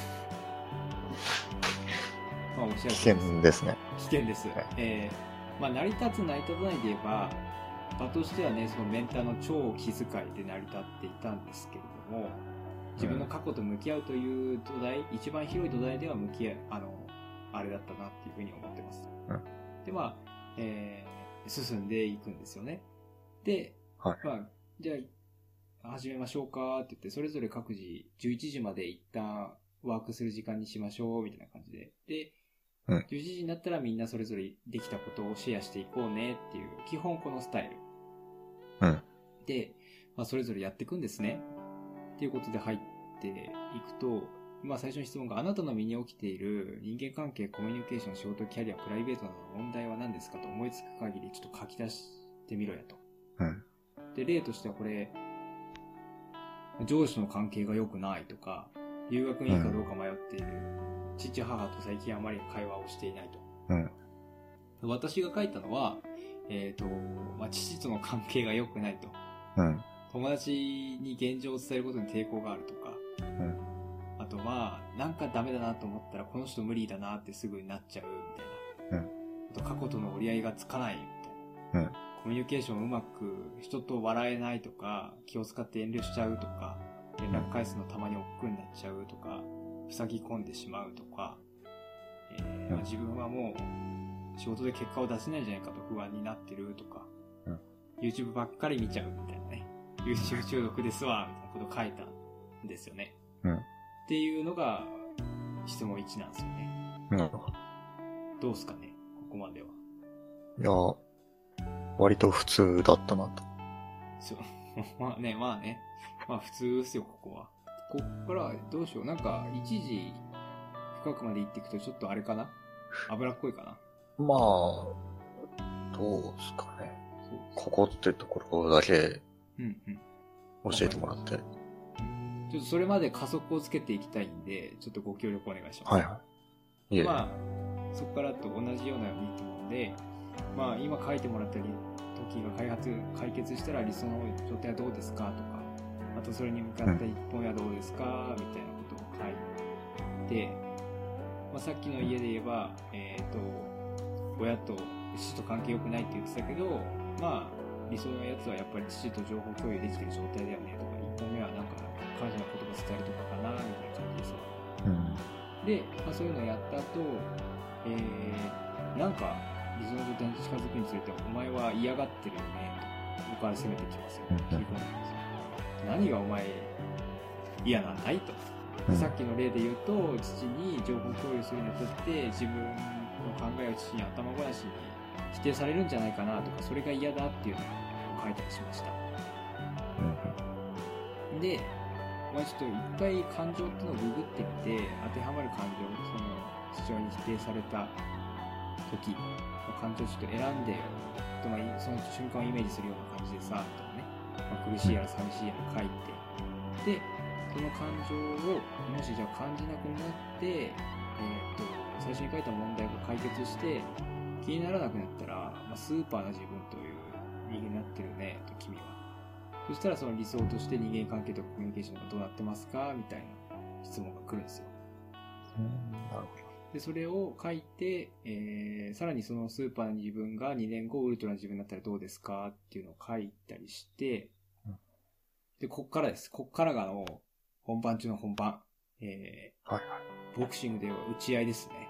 まあ、おっしゃる危険ですね。 危険です。まあ、成り立つ成り立たないで言えば、場としてはね、そのメンターの超気遣いで成り立っていたんですけれども、自分の過去と向き合うという土台、一番広い土台ではあれだったなっていうふうに思ってます。 うん、 で、まあ、進んでいくんですよね。で、 はい、 まあ、じゃあ、始めましょうかって言って、それぞれ各自11時まで一旦ワークする時間にしましょうみたいな感じで。で、 うん、 11時になったらみんなそれぞれできたことをシェアしていこうねっていう、基本このスタイル。 うん。 で、まあ、それぞれやっていくんですね。っていうことで入っていくと、まあ最初の質問が、あなたの身に起きている人間関係、コミュニケーション、仕事、キャリア、プライベートなどの問題は何ですかと思いつく限りちょっと書き出してみろやと。 うん。 で、例としてはこれ、上司の関係が良くないとか、留学に行くかどうか迷っている、父母と最近あまり会話をしていないと。 うん。 私が書いたのは、まあ、父との関係が良くないと。 うん。 友達に現状を伝えることに抵抗があるとか、 うん。 あとまあ、なんかダメだなと思ったらこの人無理だなってすぐになっちゃうみたいな。 うん。 あと過去との折り合いがつかないみたいな。 うん。 コミュニケーションうまく人と笑えないとか、気を使って遠慮しちゃうとか、連絡返すのたまに億劫になっちゃうとか、塞ぎ込んでしまうとか、まあ、自分はもう仕事で結果を出せないんじゃないかと不安になってるとか、 うん、 YouTube ばっかり見ちゃうみたいなね。YouTube 中毒ですわ、みたいなことを書いたんですよね。 うん。 っていうのが質問1なんですよね。 なるほど。 どうすかね、ここまでは。 いや、割と普通だったなと。 そう。まあね。まあ普通ですよ、ここは。こっからどうしよう。なんか、一時深くまで行っていくとちょっとあれかな？脂っこいかな？ まあ、どうですかね。ここってところだけ教えてもらって。 ちょっとそれまで加速をつけていきたいんで、ちょっとご協力お願いします。 はいはい。いえ。 まあ、そこからと同じようなようにいいと思うんで、まあ今書いてもらったり、時が解決したら理想の状態はどうですかとか、またそれに向かった一本目はどうですか、みたいなことを書いて、まあ、さっきの家で言えば、親と父と関係良くないって言ってたけど、まあ理想のやつはやっぱり父と情報共有できてる状態だよねとか、一本目はなんか感謝の言葉伝えるとかかな、みたいな感じですわ。で、まあ、そういうのをやった後、なんか理想の状態に近づくにつれてお前は嫌がってるよねと僕から攻めてきますよ。切り込んできますよ。何がお前嫌なんだいと。さっきの例で言うと、父に情報共有するにあたって自分の考えを父に頭ごなしに否定されるんじゃないかなとか、それが嫌だっていうのを書いたりしました。で、まあ、ちょっと一回感情っていうのをググってみて、当てはまる感情、その父親に否定された時の感情をちょっと選んで、まあ、その瞬間をイメージするような感じでさ、みたいなね、まあ、苦しいやら寂しいやら書いて、で、その感情をもしじゃあ感じなくなって、最初に書いた問題が解決して気にならなくなったら、まあ、スーパーな自分という人間になってるねと君は。そしたらその理想として人間関係とかコミュニケーションがどうなってますかみたいな質問が来るんですよ。 なるほど。 で、それを書いて、さらにそのスーパーな自分が2年後ウルトラな自分になったらどうですかっていうのを書いたりして、で、こっからです。こっからが本番中の本番。はいはい。ボクシングでは打ち合いですね。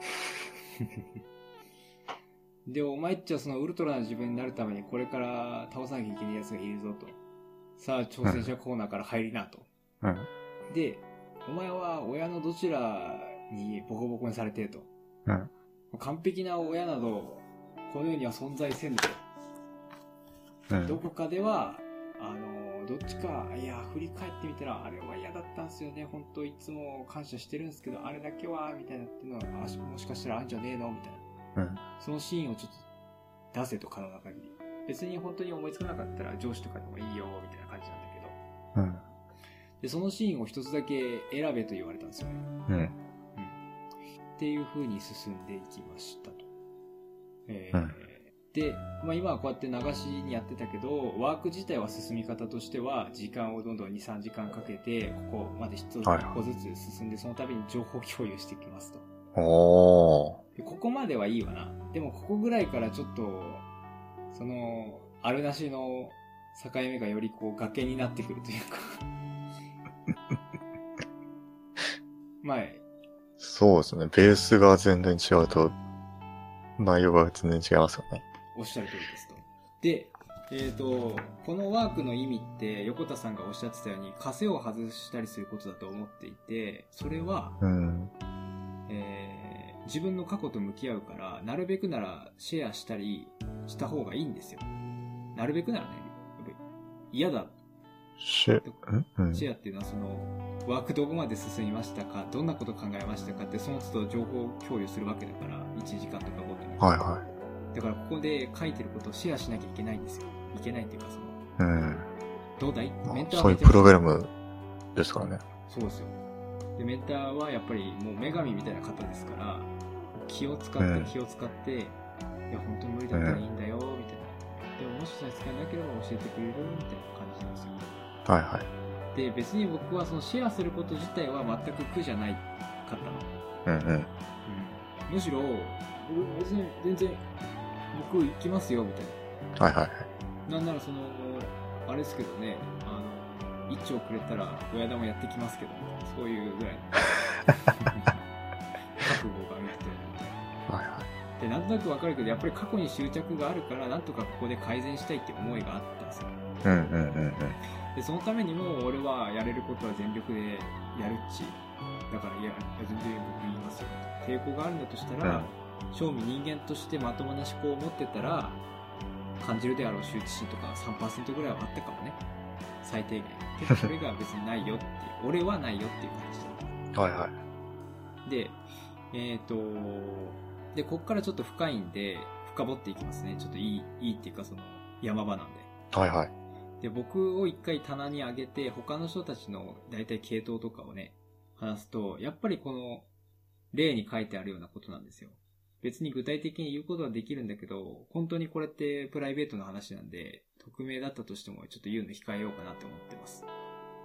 で、お前っちはそのウルトラな自分になるためにこれから倒さなきゃいけない奴がいるぞと。さあ、挑戦者コーナーから入りなと。で、お前は親のどちらにボコボコにされてると。完璧な親など、この世には存在せんと。 どこかでは、どっちか、いや、振り返ってみたら、あれは嫌だったんですよね。本当いつも感謝してるんですけど、あれだけは、みたいなっていうのは、もしかしたらあるんじゃねえのみたいな。そのシーンをちょっと出せと可能な限り。別に本当に思いつかなかったら上司とかでもいいよ、みたいな感じなんだけど。で、そのシーンを一つだけ選べと言われたんですよね。っていう風に進んでいきましたと。で、まあ今はこうやって流しにやってたけど、ワーク自体は進み方としては、時間をどんどん2、3時間かけて、ここまで一個ずつ進んで、その度に情報共有していきますと。でここまではいいわな。でもここぐらいからちょっと、その、あるなしの境目がよりこう崖になってくるというか。前。 そうですね。ベースが全然違うと、内容が全然違いますよね。 おっしゃる通りですと。で、このワークの意味って、横田さんがおっしゃってたように、枷を外したりすることだと思っていて、それは、自分の過去と向き合うから、なるべくならシェアしたりした方がいいんですよ。なるべくならね、やっぱり嫌だ。シェアっていうのはその、ワークどこまで進みましたか、どんなこと考えましたかって、その都度情報共有するわけだから、1時間とかごとに。だからここで書いてることをシェアしなきゃいけないんですよ。いけないっていうかその、どうだいメンターはそういうプログラムですからね。 そうですよ。で、メンターはやっぱりもう女神みたいな方ですから、気を使って、いや、本当に無理だったらいいんだよ、みたいな。でももし差し支えなければ教えてくれるみたいな感じなんですよ。で、別に僕はそのシェアすること自体は全く苦じゃないかったの。むしろ、別に全然、僕行きますよ、みたいな。なんならその、あれですけどね、1兆くれたら親玉やってきますけど、そういうぐらいの覚悟が見てて、で、なんとなくわかるけど、やっぱり過去に執着があるから、なんとかここで改善したいって思いがあったんですよ。で、そのためにも、俺はやれることは全力でやるっち。だから、いや、全然僕言いますよ。抵抗があるんだとしたら、正味人間としてまともな思考を持ってたら、感じるであろう羞恥心とか 3% ぐらいはあったかもね。最低限。けどそれが別にないよっていう。俺はないよっていう感じで。で、こっからちょっと深いんで、深掘っていきますね。ちょっといいっていうか、その、山場なんで。で、僕を一回棚に上げて、他の人たちの大体系統とかをね、話すと、やっぱりこの、例に書いてあるようなことなんですよ。別に具体的に言うことはできるんだけど、本当にこれってプライベートな話なんで、匿名だったとしてもちょっと言うの控えようかなって思ってます。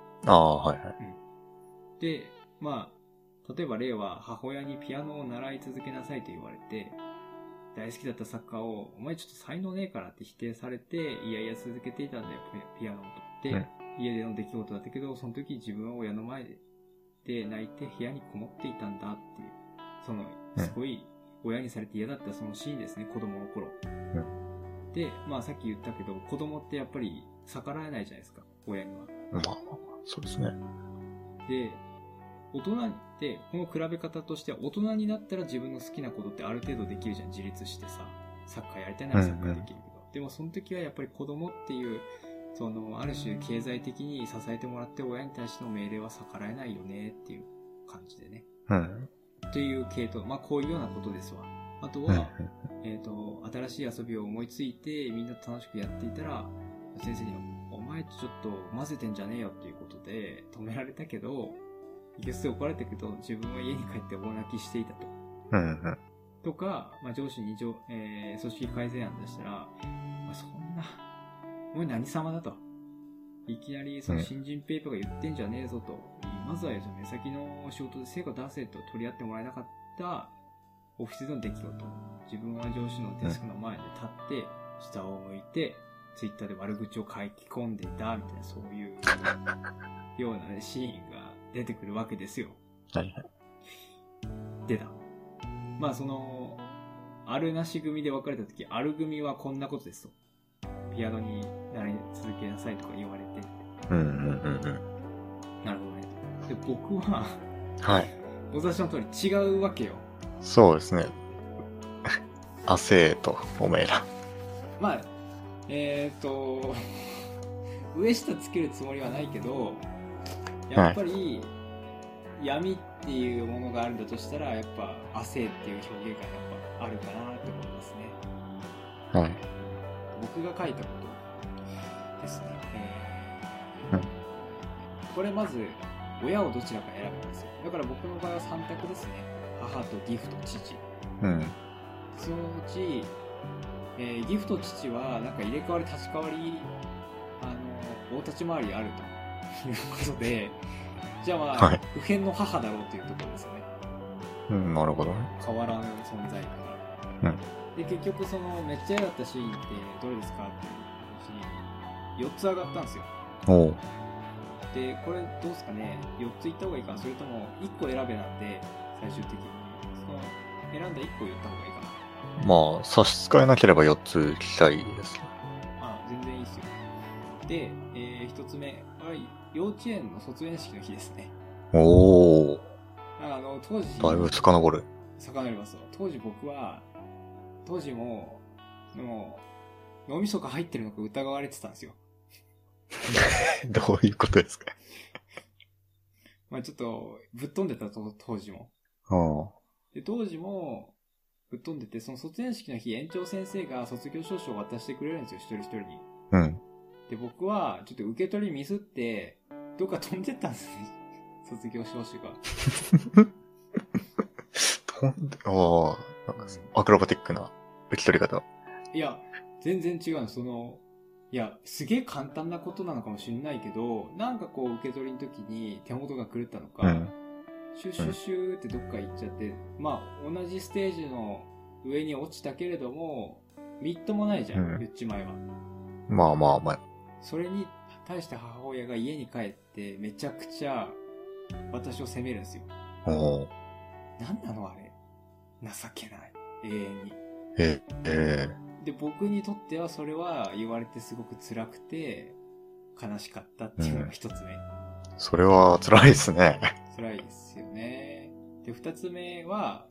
で、まあ、例えば例は母親にピアノを習い続けなさいと言われて、大好きだったサッカーを、お前ちょっと才能ねえからって否定されて、いやいや続けていたんだよ、ピアノをとって、家での出来事だったけど、その時自分は親の前で泣いて部屋にこもっていたんだっていう、その、すごい親にされて嫌だったそのシーンですね、子供の頃。で、まあさっき言ったけど、子供ってやっぱり逆らえないじゃないですか、親には。 そうですね。 で、大人って、この比べ方としては、大人になったら自分の好きなことってある程度できるじゃん、自立してさ。サッカーやりたいならサッカーできるけど。でもその時はやっぱり子供っていう、その、ある種経済的に支えてもらって親に対しての命令は逆らえないよねっていう感じでね。っていう系統。まあこういうようなことですわ。あとは、新しい遊びを思いついてみんな楽しくやっていたら、先生に、お前ちょっと混ぜてんじゃねえよっていうことで止められたけど、いけすで怒られたけど、自分は家に帰って大泣きしていたと。とか、まあ、上司に組織改善案出したら、まあ、そんな、お前何様だと。いきなりその新人ペーパーが言ってんじゃねえぞと。まずは目先の仕事で成果出せと取り合ってもらえなかったオフィスでの出来事。自分は上司のデスクの前で立って、下を向いて、ツイッターで悪口を書き込んでいた、みたいな、そういうような、ね、シーンが出てくるわけですよ。出た。まあその、あるなし組で分かれた時、ある組はこんなことですと。ピアノに習い続けなさいとか言われて。なるほどね。で、僕は、お察しの通り違うわけよ。 そうですね。あせーと、おめえら。 まあ、 上下つけるつもりはないけど、やっぱり、闇っていうものがあるんだとしたら、やっぱ、亜生っていう表現がやっぱあるかなと思いますね。 はい。 僕が書いたことですね。これまず、親をどちらか選ぶんですよ。だから僕の場合は3択ですね。母と義父と父。そのうち、義父と父はなんか入れ替わり立ち替わり大立ち回りあるということで、じゃあまあ、不変の母だろうというところですよね。 なるほどね。 変わらぬ存在だから。で、結局そのめっちゃ嫌だったシーンってどれですかっていう話、4つ上がったんですよ。で、これどうですかね、4つ言った方がいいかな、それとも1個選べなんで、最終的に。その選んだ1個言った方がいいかな。 まあ、差し支えなければ4つ聞きたいですね。 全然いいっすよ。で、1つ目は幼稚園の卒園式の日ですね。当時。 だいぶ遡る。 遡りますよ。当時も脳みそが入ってるのか疑われてたんですよ。 どういうことですか？ まあちょっと、ぶっ飛んでたと、当時も。で、当時も、ぶっ飛んでて、その卒園式の日、園長先生が卒業証書を渡してくれるんですよ、一人一人に。で、僕は、ちょっと受け取りミスって、どっか飛んでったんですね。卒業証書が。 アクロバティックな受け取り方。 いや、全然違うの。いや、すげえ簡単なことなのかもしれないけど、なんかこう受け取りの時に手元が狂ったのか、シュシュシューってどっか行っちゃって、まあ同じステージの上に落ちたけれども、みっともないじゃん、言っちまえば。 まあ。 それに対して母親が家に帰ってめちゃくちゃ私を責めるんですよ。なんなのあれ。情けない。永遠に。で、僕にとってはそれは言われてすごく辛くて悲しかったっていうのが一つ目。 それは辛いですね。 辛いですよね。で、二つ目は、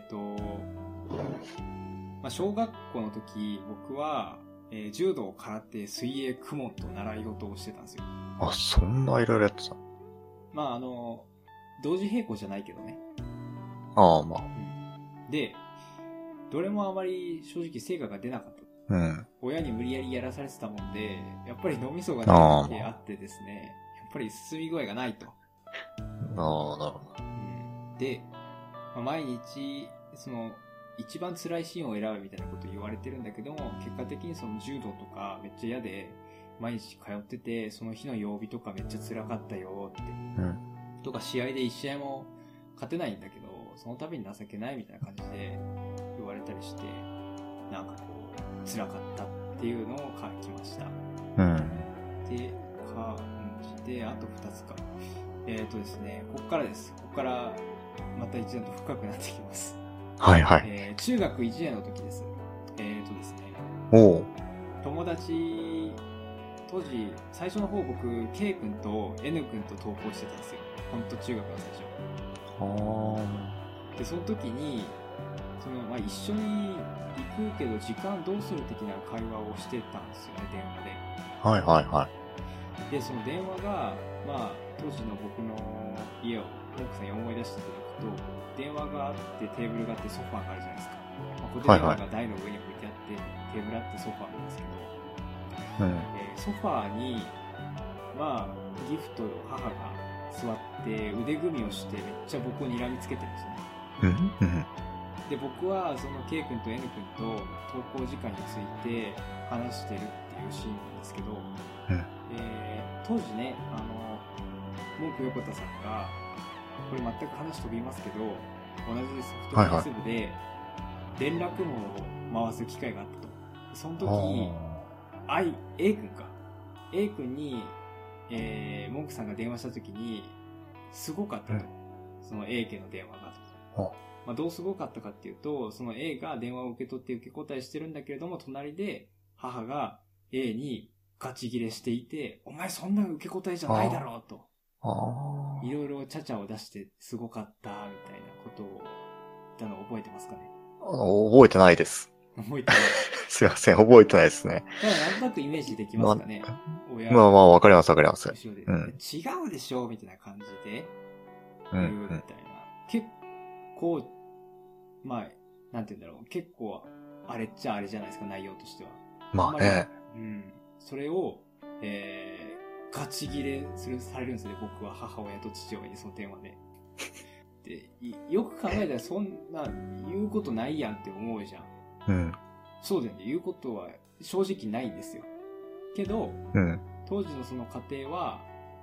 小学校の時、僕は、柔道、空手、水泳、公文と習い事をしてたんですよ。 そんないろいろやってた。 同時並行じゃないけどね。で、どれもあまり正直成果が出なかった。親に無理やりやらされてたもんで、やっぱり脳みそがない時あってですね、やっぱり進み具合がないと。 なるほど。 で、毎日、一番辛いシーンを選ぶみたいなこと言われてるんだけども、結果的にその柔道とかめっちゃ嫌で、毎日通ってて、その日の曜日とかめっちゃ辛かったよって。とか試合で一試合も勝てないんだけど、その度に情けないみたいな感じで言われたりして、なんかこう、辛かったっていうのを書きました。で、あと2つか。ですね、ここからです。ここからまた一段と深くなってきます。中学1年の時です。ですね。友達、当時、最初の方僕、K 君と N 君と投稿してたんですよ。ほんと中学の最初。で、その時に、一緒に行くけど時間どうする的な会話をしてたんですよね、電話で。で、その電話が、当時の僕の家を奥さんに思い出していただくと、電話があってテーブルがあってソファーがあるじゃないですか。固定電話が台の上に置いてあって、テーブルあってソファーなんですけど、ソファーに、義父と母が座って腕組みをしてめっちゃ僕を睨みつけてるんですよね。で、僕はその K 君と N 君と登校時間について話してるっていうシーンなんですけど、当時ね、文句横田さんが、これ全く話飛びますけど、同じソフトテニス部で連絡網を回す機会があったと。その時、A 君か。A 君に、文句さんが電話した時に、すごかったと。その A 家の電話がと。どうすごかったかっていうと、その A が電話を受け取って受け答えしてるんだけれども、隣で母が A にガチギレしていて、お前そんな受け答えじゃないだろうと。いろいろチャチャを出してすごかったみたいなことを言ったのを覚えてますかね？ 覚えてないです。 覚えてない。 すいません、覚えてないですね。 ただなんとなくイメージできますかね。親まあまあ、わかりますわかります。 後ろで、 うん。 違うでしょみたいな感じでうん。 言うみたいな。結構、まあ、なんて言うんだろう。結構、あれっちゃあれじゃないですか、内容としては。 まあね。 うん。それを、ガチ切れされるんですよね、僕は母親と父親にそのテーマで。で、よく考えたらそんな言うことないやんって思うじゃん。 うん。 そうだよね、言うことは正直ないんですよ。けど、 うん。 当時のその家庭は、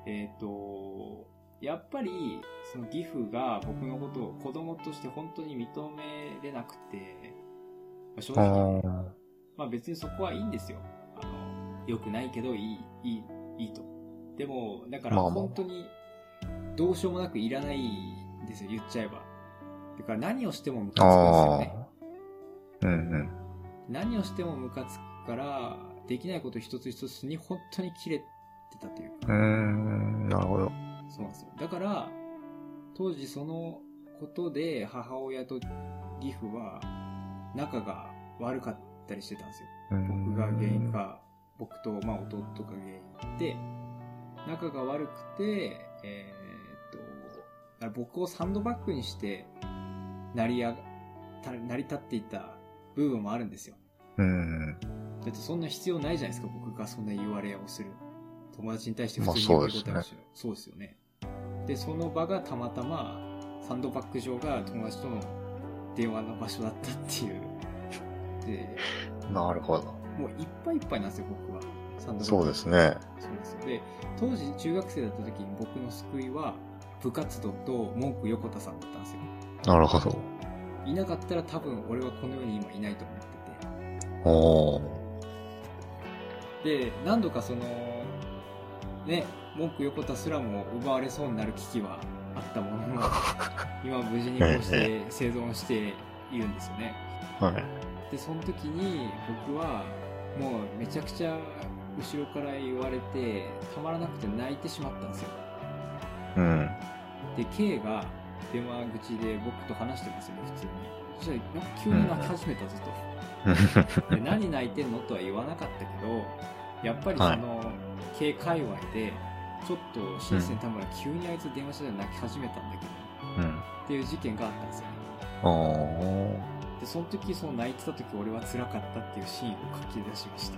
やっぱり、その義父が僕のことを子供として本当に認めれなくて、まあ、正直、まあ別にそこはいいんですよ。良くないけどいいと。でも、だから本当にどうしようもなくいらないんですよ、言っちゃえば。だから何をしてもムカつくんですよね。 うんうん。 何をしてもムカつくから、できないこと一つ一つに本当に切れてたというか。 なるほど。 そうなんですよ。だから、当時そのことで母親と義父は仲が悪かったりしてたんですよ。僕が原因か、僕と、まあ、弟が原因で、仲が悪くて、僕をサンドバッグにして成り立っていた部分もあるんですよ。だってそんな必要ないじゃないですか、僕がそんな言われをする。友達に対して普通に言われることはそうですよね。で、その場がたまたま、サンドバッグ上が友達との電話の場所だったっていう。で、 なるほど。 もういっぱいいっぱいなんですよ、僕は。サンドバッグ。 そうですね。 そうですよ。で、当時中学生だった時に僕の救いは、部活動と文句横田さんだったんですよ。 なるほど。 いなかったら多分俺はこの世に今いないと思ってて。で、何度かその、ね、文句横田すらも奪われそうになる危機はあったものの、今無事にこうして生存しているんですよね。 はい。 で、その時に僕はもうめちゃくちゃ後ろから言われて、たまらなくて泣いてしまったんですよ。 うん。 で、K が電話口で僕と話してますよね、普通に。そしたら、なんか急に泣き始めたぞと。で、何泣いてんのとは言わなかったけど、やっぱりその、K 界隈で、ちょっと、新鮮田村急にあいつ電話してたら泣き始めたんだけど、っていう事件があったんですよね。で、その時、その泣いてた時俺は辛かったっていうシーンを書き出しました。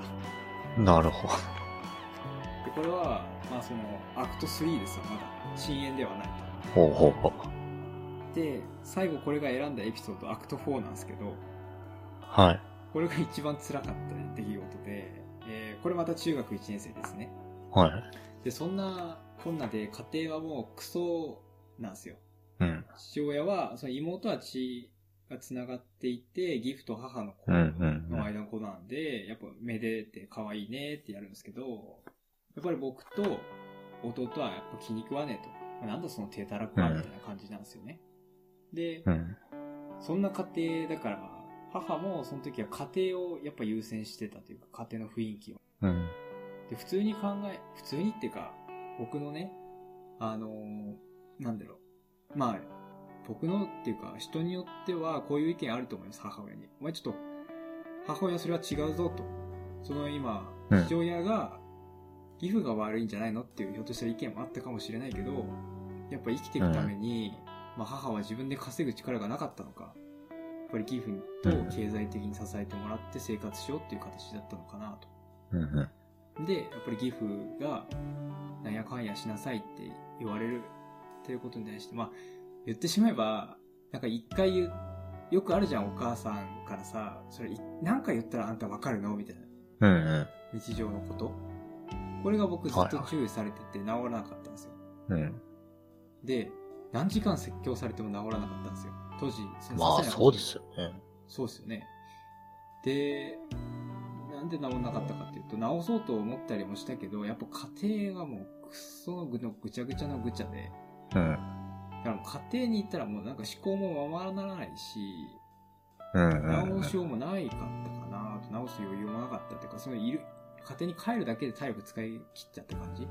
なるほど。 で、これは、まあその、アクト3ですよ、まだ。深淵ではないと。 ほうほうほう。 で、最後これが選んだエピソード、アクト4なんですけど、 はい。 これが一番辛かった出来事で、これまた中学1年生ですね。 はい。 で、そんなこんなで家庭はもうクソなんですよ。 うん。 父親は、その妹は血が繋がっていて、義父と母の子の間の子なんで、やっぱめでて可愛いねってやるんですけど、やっぱり僕と弟はやっぱ気に食わねえと。なんだその手たらくはみたいな感じなんですよね。で、そんな家庭だから、母もその時は家庭をやっぱ優先してたというか、家庭の雰囲気を。で、普通にっていうか、僕のね、なんだろう。まあ、僕のっていうか、人によってはこういう意見あると思います、母親に。お前ちょっと、母親それは違うぞと。その今、父親が、義父が悪いんじゃないのっていうひょっとしたら意見もあったかもしれないけど、やっぱ生きていくために、まあ母は自分で稼ぐ力がなかったのか、やっぱり義父と経済的に支えてもらって生活しようっていう形だったのかなと。で、やっぱり義父が、なんやかんやしなさいって言われるっていうことに対して、まあ、言ってしまえば、なんか一回よくあるじゃん、お母さんからさ、それ何回言ったらあんたわかるのみたいな。日常のこと。これが僕ずっと注意されてて治らなかったんですよ。で、何時間説教されても治らなかったんですよ。当時、 まあ、そうですよね。 そうですよね。で、なんで治らなかったかっていうと、治そうと思ったりもしたけど、やっぱ家庭がもう、くっそのぐちゃぐちゃのぐちゃで、だから家庭に行ったらもうなんか思考もままならないし、治しようもないかったかなと、治す余裕もなかったっていうか、その家庭に帰るだけで体力使い切っちゃった感じ。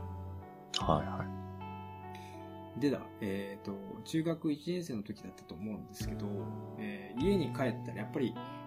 でだ、中学1年生の時だったと思うんですけど、家に帰ったらやっぱり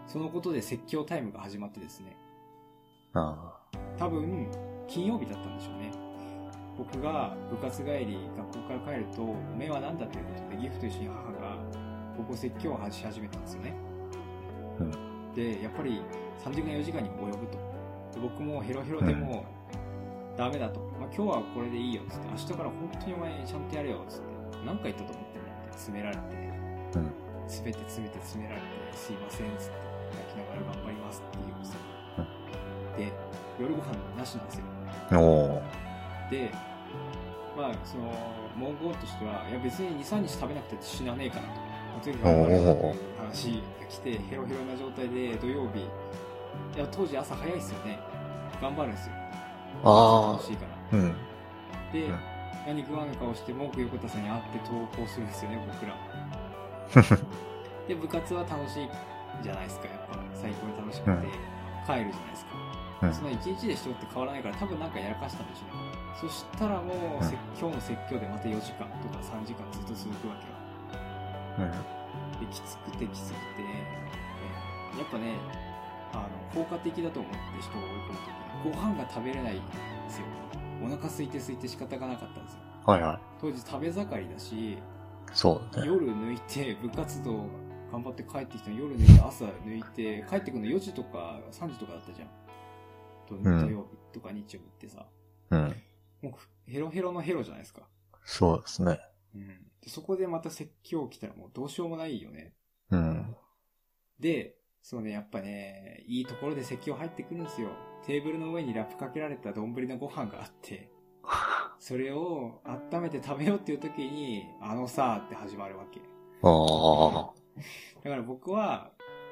そのことで説教タイムが始まってですね。 ああ。 多分、金曜日だったんでしょうね。僕が部活帰り、学校から帰ると、おめえは何だということで、ギフと一緒に母が、僕を説教をし始めたんですよね。 うん。 で、やっぱり3時間4時間に及ぶと。で僕もヘロヘロでも、ダメだと。まあ、今日はこれでいいよ、つって。明日から本当にお前ちゃんとやれよ、つって。何回言ったと思ってんだって詰められて。 うん。 詰められて、すいません、つって。泣きながら頑張りますって言うんですよ。で、夜ご飯なしなんですよ。 おー。 で、まあ、文言としては、いや別に2、3日食べなくて死なねえからと。とにかく頑張るっていう話が来て、ヘロヘロな状態で土曜日、いや当時朝早いっすよね。頑張るんですよ。 ああ。 楽しいから。 うん。 で、何食わぬ顔して文句横田さんに会って投稿するんですよね、僕ら。で、部活は楽しいじゃないですか、やっぱ。最高に楽しくて、帰るじゃないですか。その1日でしとって変わらないから多分なんかやらかしたんでしょうね。そしたらもう、今日の説教でまた4時間とか3時間ずっと続くわけよ。で、きつくて、やっぱね、効果的だと思って人を追い込むときに、ご飯が食べれないんですよ。お腹空いて仕方がなかったんですよ。 はいはい。 当時食べ盛りだし、 そうね。 夜抜いて部活動頑張って帰ってきたの夜抜いて朝抜いて帰ってくるの4時とか3時とかだったじゃん。土曜日とか日曜日ってさ。 うん。 もうヘロヘロのヘロじゃないですか。 そうですね。 うん。でそこでまた説教来たらもうどうしようもないよね。 うん。 で、そうね、やっぱね、いいところで説教入ってくるんですよ。テーブルの上にラップかけられた丼のご飯があって、それを温めて食べようっていう時に、さーって始まるわけ。 ああ。 だから僕は、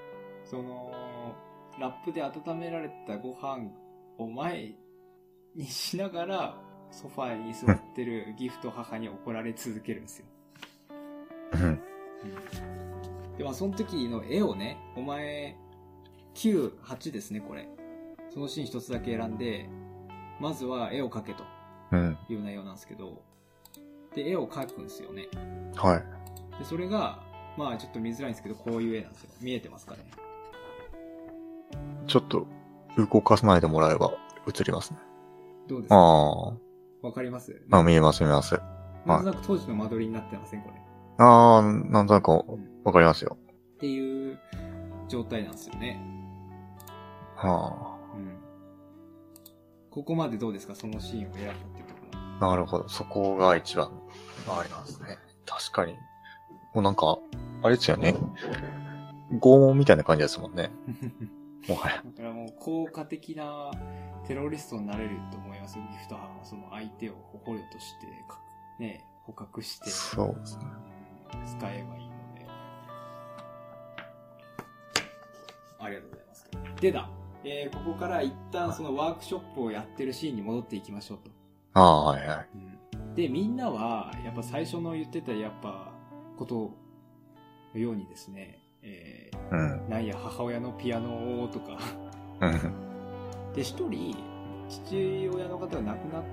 ラップで温められたご飯を前にしながら、ソファーに座ってるギフト母に怒られ続けるんですよ。で、まあ、その時の絵をね、お前、9、8ですね、これ。そのシーン一つだけ選んで、まずは絵を描けと。いう内容なんですけど、で、絵を描くんですよね。 はい。 で、それが、まあちょっと見づらいんですけど、こういう絵なんですよ。見えてますかね。 ちょっと、動かさないでもらえば映りますね。 どうですか？わかります？ 見えます。 なんとなく当時の間取りになってませんこれ。 なんとなくわかりますよ。 っていう状態なんですよね。ここまでどうですか？そのシーンを選んだっていうところ。 なるほど。そこが一番、あれなんですね。確かに。もうなんか、あれですよね。拷問みたいな感じですもんね。もはや。 だからもう効果的なテロリストになれると思いますよ。ギフト派はその相手を捕虜として、ね、捕獲して。 そうですね。 使えばいいので。ありがとうございます。でだ。ここから一旦そのワークショップをやってるシーンに戻っていきましょうと。 はいはい。 で、みんなは、やっぱ最初の言ってたやっぱ、ことのようにですね、なんや母親のピアノをとか。で、一人、父親の方が亡くなって、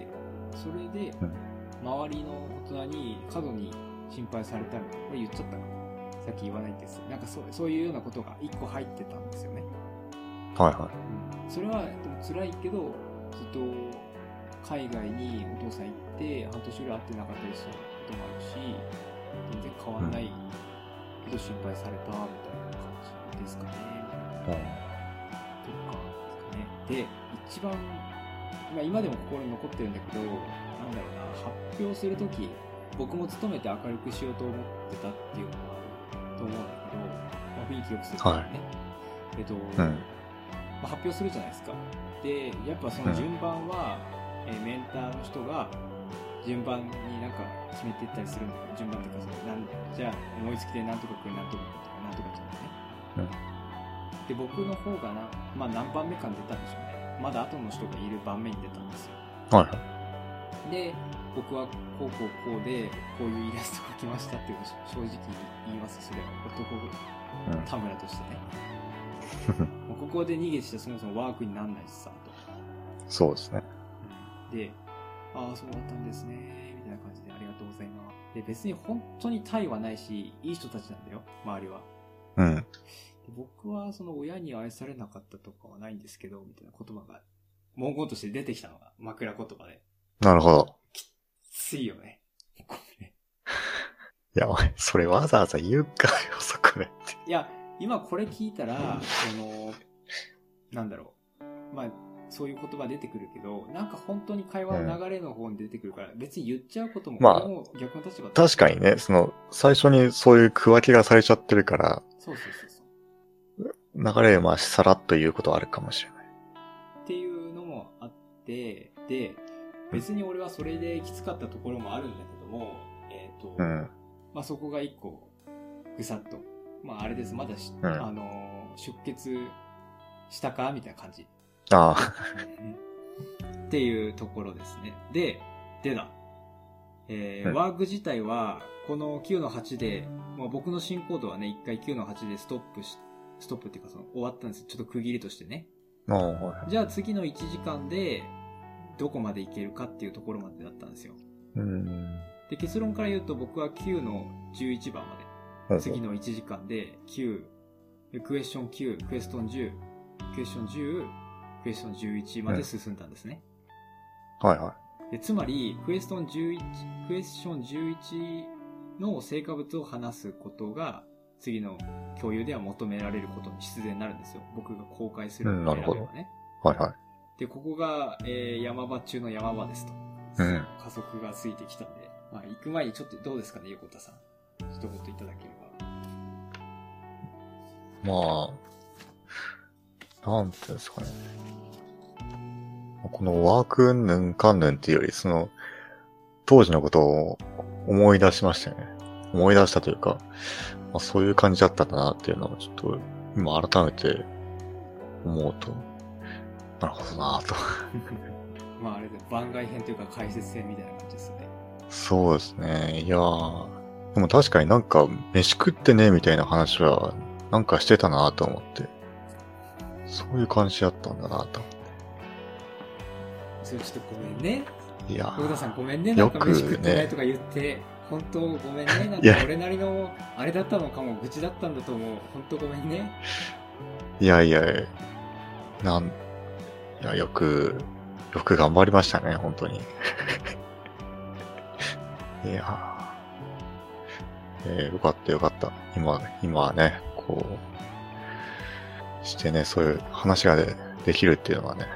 それで、周りの大人に過度に心配されたみたいな。これ言っちゃったかな。さっき言わないんです。なんかそういうようなことが一個入ってたんですよね。 はいはい。 それはでも辛いけど、ずっと海外にお父さん行って半年ぐらい会ってなかったりしたこともあるし、全然変わんないけど心配されたみたいな感じですかね。とかですかね。で、一番、今でも心に残ってるんだけど、なんだろうな、発表するとき、僕も努めて明るくしようと思ってたっていうのがあると思うんだけど、雰囲気良くするためにね。発表するじゃないですか。で、やっぱその順番は、メンターの人が順番になんか決めていったりするんだけど、順番っていうかじゃあ思いつきでなんとかくんなんとかくんとかなんとかちゃんね。で、僕の方が何番目かに出たんでしょうね。まだ後の人がいる番目に出たんですよ。で、僕はこうで、こういうイラスト描きましたっていうのを正直言います。それは男田村としてね。ここで逃げてたらそもそもワークになんないしさ、と。 そうですね。 で、そうだったんですね、みたいな感じでありがとうございます。で、別に本当に対はないし、いい人たちなんだよ、周りは。 僕はその親に愛されなかったとかはないんですけど、みたいな言葉が、文言として出てきたのが枕言葉で。 なるほど。 きついよね。これ。 いや、おい、それわざわざ言うかよ、そこでって。 いや、今これ聞いたら、なんだろう。まあ、そういう言葉出てくるけど、なんか本当に会話の流れの方に出てくるから、別に言っちゃうことも、 まあ俺も逆の立場確かにね、最初にそういう区分けがされちゃってるから、 そうそうそうそう。 流れでまあさらっと言うことはあるかもしれない。 っていうのもあって、で、別に俺はそれできつかったところもあるんだけども、 うん。 まあ、そこが一個、ぐさっと。まあ、あれです。まだうん、 出血したかみたいな感じ。 あっていうところですね。でだ。 うんワーク自体は、この9の8で、まあ、僕の進行度はね、一回9の8でストップっていうか終わったんですよ。ちょっと区切りとしてね。 はい。 じゃあ次の1時間で、どこまでいけるかっていうところまでだったんですよ。で、結論から言うと僕は9の11番まで。次の1時間で9、クエスチョン9、クエストン10、クエスチョン10、クエストン11まで進んだんですね。 はいはい。 でつまり、クエスチョン11の成果物を話すことが、次の共有では求められることに必然になるんですよ。僕が公開するなるほど。 ね。 はいはい。 で、ここが、山場中の山場ですと。加速がついてきたんで。まあ、行く前にちょっとどうですかね、横田さん。一言いただければ。 まあ、なんていうんですかね。このワークうんぬんかんぬんっていうより、当時のことを思い出しましたよね。思い出したというか、まあ、そういう感じだったんだなっていうのをちょっと今改めて思うと、なるほどなぁと。 まああれで番外編というか解説編みたいな感じですね。 そうですね。いやー、でも確かになんか飯食ってねみたいな話はなんかしてたなと思って、そういう感じだったんだなと。 それちょっとごめんね。 いや横田さんごめんね。なんか飯食ってないとか言って、本当ごめんね。なんか俺なりのあれだったのかも、愚痴だったんだと思う。本当ごめんね。 いや、よく頑張りましたね、本当に。いやよかったよかった。今はね、こう、してね、そういう話ができるっていうのはね、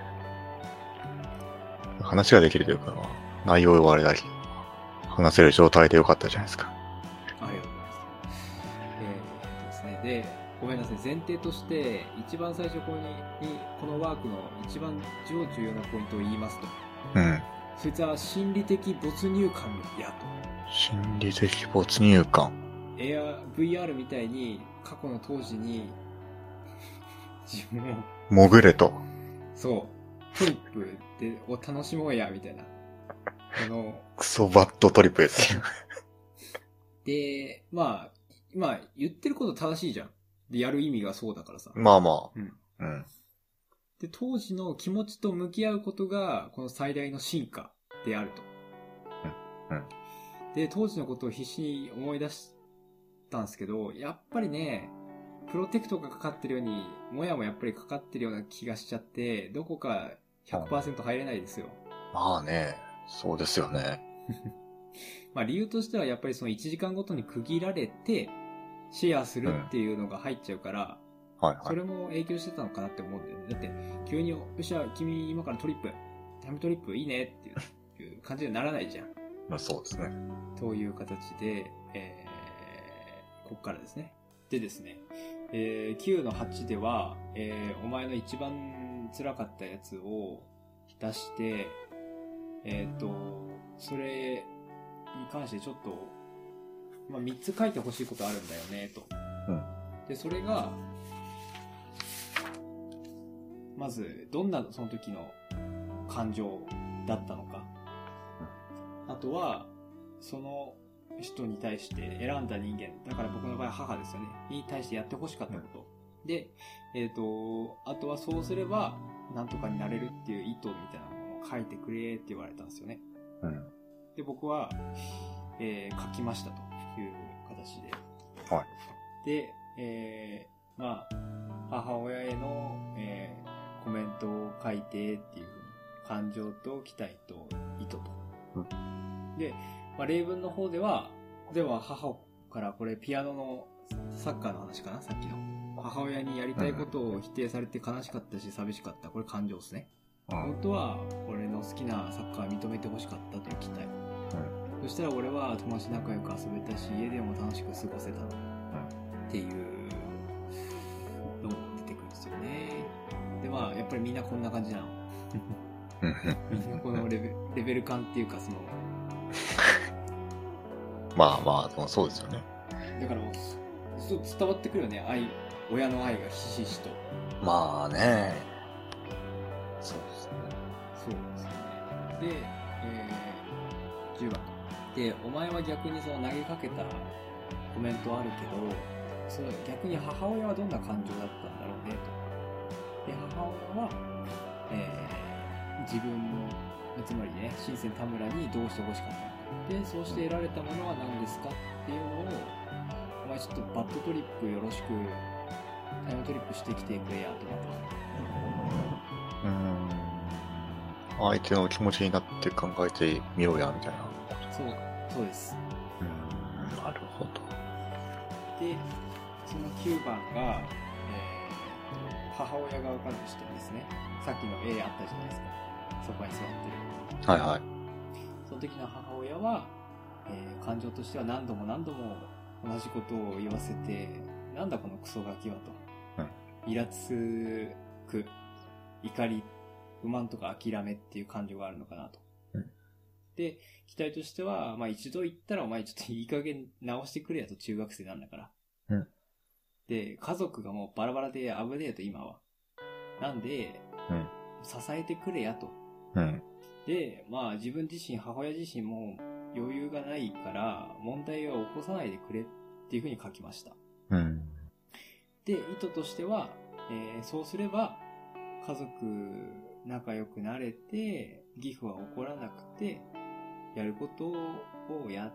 話ができるというか、内容をあれだけ話せる状態でよかったじゃないですか。 ありがとうございます。ですね。で、ごめんなさい。前提として、一番最初このワークの一番重要なポイントを言いますと。 うん。 そいつは心理的没入感やと。 心理的没入感。 VR みたいに過去の当時に自分を潜れと。 そう。トリップを楽しもうや、みたいな。 クソバッドトリップですよ。 で、まあ、言ってること正しいじゃん。で、やる意味がそうだからさ。 まあまあ。 うん。で、当時の気持ちと向き合うことが、この最大の進化であると。で、当時のことを必死に思い出したんですけど、やっぱりね、プロテクトがかかってるように、もやもやっぱりかかってるような気がしちゃって、どこか 100% 入れないですよ。 まあね、そうですよね。 まあ理由としてはやっぱりその1時間ごとに区切られて、シェアするっていうのが入っちゃうから、それも影響してたのかなって思うんだよね。だって、急に、よっしゃ、君今からトリップ、タイムトリップいいねっていう感じにならないじゃん。 まあそうですね。 という形で、こっからですね。でですね、9の8では、お前の一番辛かったやつを出して、それに関してちょっと、まあ、3つ書いてほしいことあるんだよね、と。で、それが、まず、どんなその時の感情だったのか。あとは、その人に対して選んだ人間、だから僕の場合母ですよね、に対してやってほしかったこと。で、あとはそうすれば、なんとかになれるっていう意図みたいなものを書いてくれって言われたんですよね。で、僕は、書きましたという形で。 はい。 で、 まあ、母親への、コメントを書いてっていうふうに、感情と期待と意図と。で、まあ、例文の方では、では母からこれピアノのサッカーの話かな、さっきの。母親にやりたいことを否定されて悲しかったし寂しかった。これ感情ですね。本当は俺の好きなサッカー認めてほしかったという期待。そしたら俺は友達仲良く遊べたし、家でも楽しく過ごせたっていうのが出てくるんですよね。で、まあやっぱりみんなこんな感じなの。みんなこのレベル感っていうかそのまあまあそうですよね。 だからもう伝わってくるよね、親の愛がひしひしと。 まあね。そうですね。 そうですね。で、10番で、お前は逆にその投げかけたコメントあるけど、その逆に母親はどんな感情だったんだろうねと。で、母親は、自分の、つまりね、新鮮田村にどうしてほしかったのか。で、そうして得られたものは何ですかっていうのを、お前ちょっとバッドトリップよろしく、タイムトリップしてきてくれやと相手の気持ちになって考えてみようやみたいな。 そうです。 なるほど。 で、その9番が、母親側からの視点ですね。さっきの A あったじゃないですか。そこに座ってる。 はいはい。 その時の母親は、感情としては何度も何度も同じことを言わせて、なんだこのクソガキはと。イラつく、怒り、不満とか諦めっていう感情があるのかなと。で、期待としては、まあ一度言ったらお前ちょっといい加減直してくれやと、中学生なんだから。で、家族がもうバラバラで危ねえと今は。なんで、支えてくれやと。で、まあ自分自身、母親自身も余裕がないから問題を起こさないでくれっていうふうに書きました。で、意図としては、そうすれば家族仲良くなれて、義父は怒らなくて、やることをやって、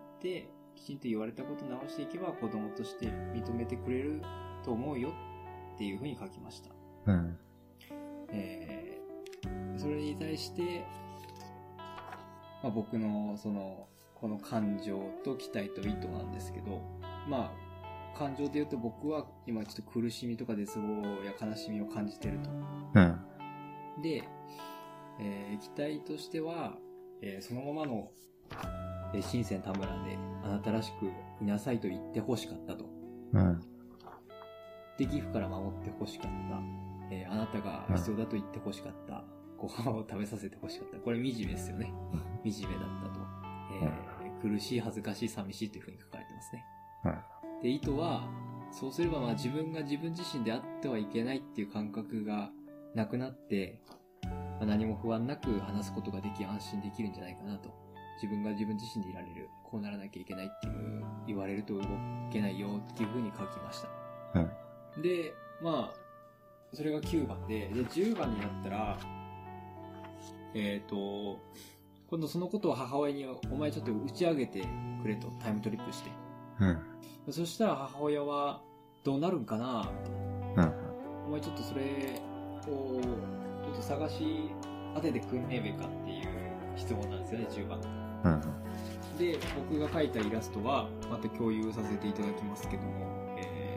きちんと言われたことを直していけば子供として認めてくれると思うよっていうふうに書きました。それに対して、まあ、僕のこの感情と期待と意図なんですけど、まあ、感情で言うと僕は今ちょっと苦しみとか絶望や悲しみを感じてると。で、期待としては、そのままの、新鮮田村であなたらしくいなさいと言って欲しかったと。で、義父から守って欲しかった。あなたが必要だと言って欲しかった。ご飯を食べさせて欲しかった。これ惨めですよね。惨めだったと。苦しい、恥ずかしい、寂しいというふうに書かれてますね。で、意図は、そうすればまあ自分が自分自身であってはいけないっていう感覚がなくなって、まあ、何も不安なく話すことができ安心できるんじゃないかなと。自分が自分自身でいられる。こうならなきゃいけないっていう言われると動けないよっていうふうに書きました。で、まあ、それが9番で、10番になったら、今度そのことを母親にお前ちょっと打ち上げてくれと、タイムトリップして。そしたら母親はどうなるんかなみたいな。お前ちょっとそれをちょっと探し当ててくんねえべかっていう質問なんですよね、10番。で、僕が描いたイラストはまた共有させていただきますけども、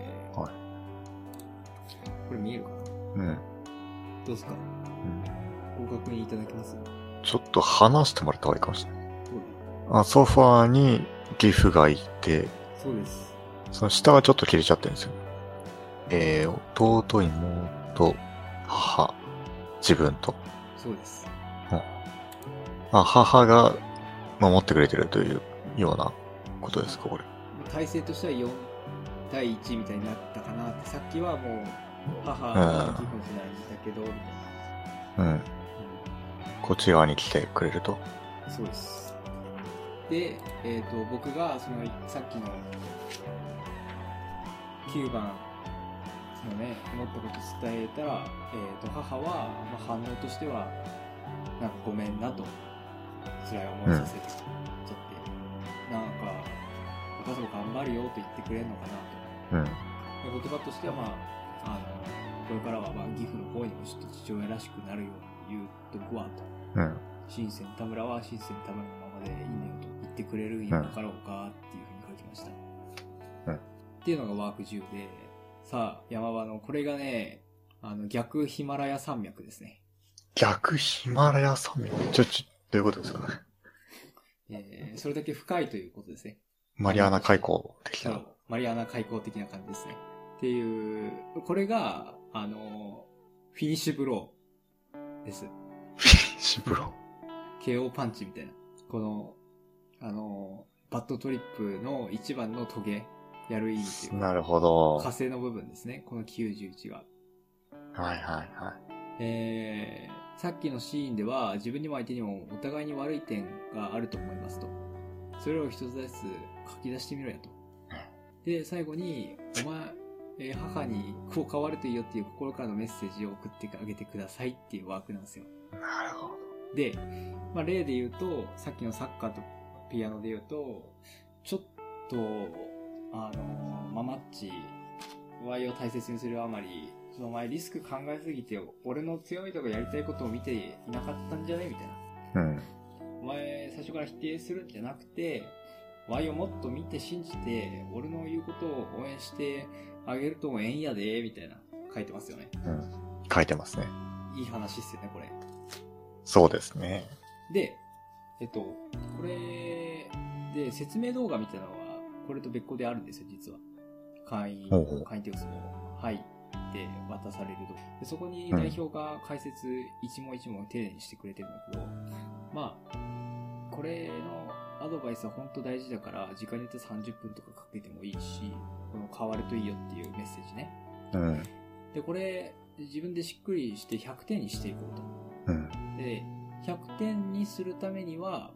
これ見えるかな？どうですか？ご確認いただけます？ ちょっと話してもらった方がいいかもしれない。ソファーに義父がいて、 そうです。 その下がちょっと切れちゃってるんですよ。弟、妹、母、自分と。 そうです。 母が守ってくれてるというようなことですか、これ。 体制としては4対1みたいになったかなって。さっきはもう母が義父の時代にいたけど、みたいな。 こっち側に来てくれると。 そうです。で、僕がそのさっきの9番のね、思ったこと伝えたら、母は、まあ、反応としてはなんかごめんなと、辛い思いさせてちゃって、なんかお母さんも頑張るよと言ってくれるのかなと。言葉としてはまあこれからはまあ岐阜の方にもちょっと父親らしくなるように言うとくわと。新鮮田村は新鮮田村のままでいいんだよと言ってくれる今からおかっていうふうに書きました。っていうのがワーク10で、さあ、山場の、これがね、逆ヒマラヤ山脈ですね。 逆ヒマラヤ山脈どういうことですかね。それだけ深いということですね。 マリアナ海溝的な。 マリアナ海溝的な感じですね。っていう、これが、フィニッシュブローです。 フィニッシュブロー ?KO パンチみたいな。この、バットトリップの一番のトゲ、やる意味っていう。 なるほど。 火星の部分ですね。この91が。 はいはいはい。 さっきのシーンでは自分にも相手にもお互いに悪い点があると思いますと。それを一つずつ書き出してみろやと。で、最後に、お前、母にこう変わるといいよっていう心からのメッセージを送ってあげてくださいっていうワークなんですよ。 なるほど。 で、まあ、例で言うと、さっきのサッカーとピアノで言うと、ちょっと、ママッチ、ワイを大切にするあまり、お前リスク考えすぎて、俺の強いとかやりたいことを見ていなかったんじゃねみたいな。お前最初から否定するんじゃなくて、ワイをもっと見て信じて、俺の言うことを応援してあげるともええんやで、みたいな書いてますよね。 書いてますね。 いい話っすよね、これ。 そうですね。 で、これで説明動画みたいなのは、これと別個であるんですよ、実は。会員テキストを入って渡されると。でそこに代表が解説一問一問丁寧にしてくれてるんだけど、まあ、これのアドバイスは本当大事だから、時間によって30分とかかけてもいいし、この変わるといいよっていうメッセージね。で、これ、自分でしっくりして100点にしていこうと。で、100点にするためには、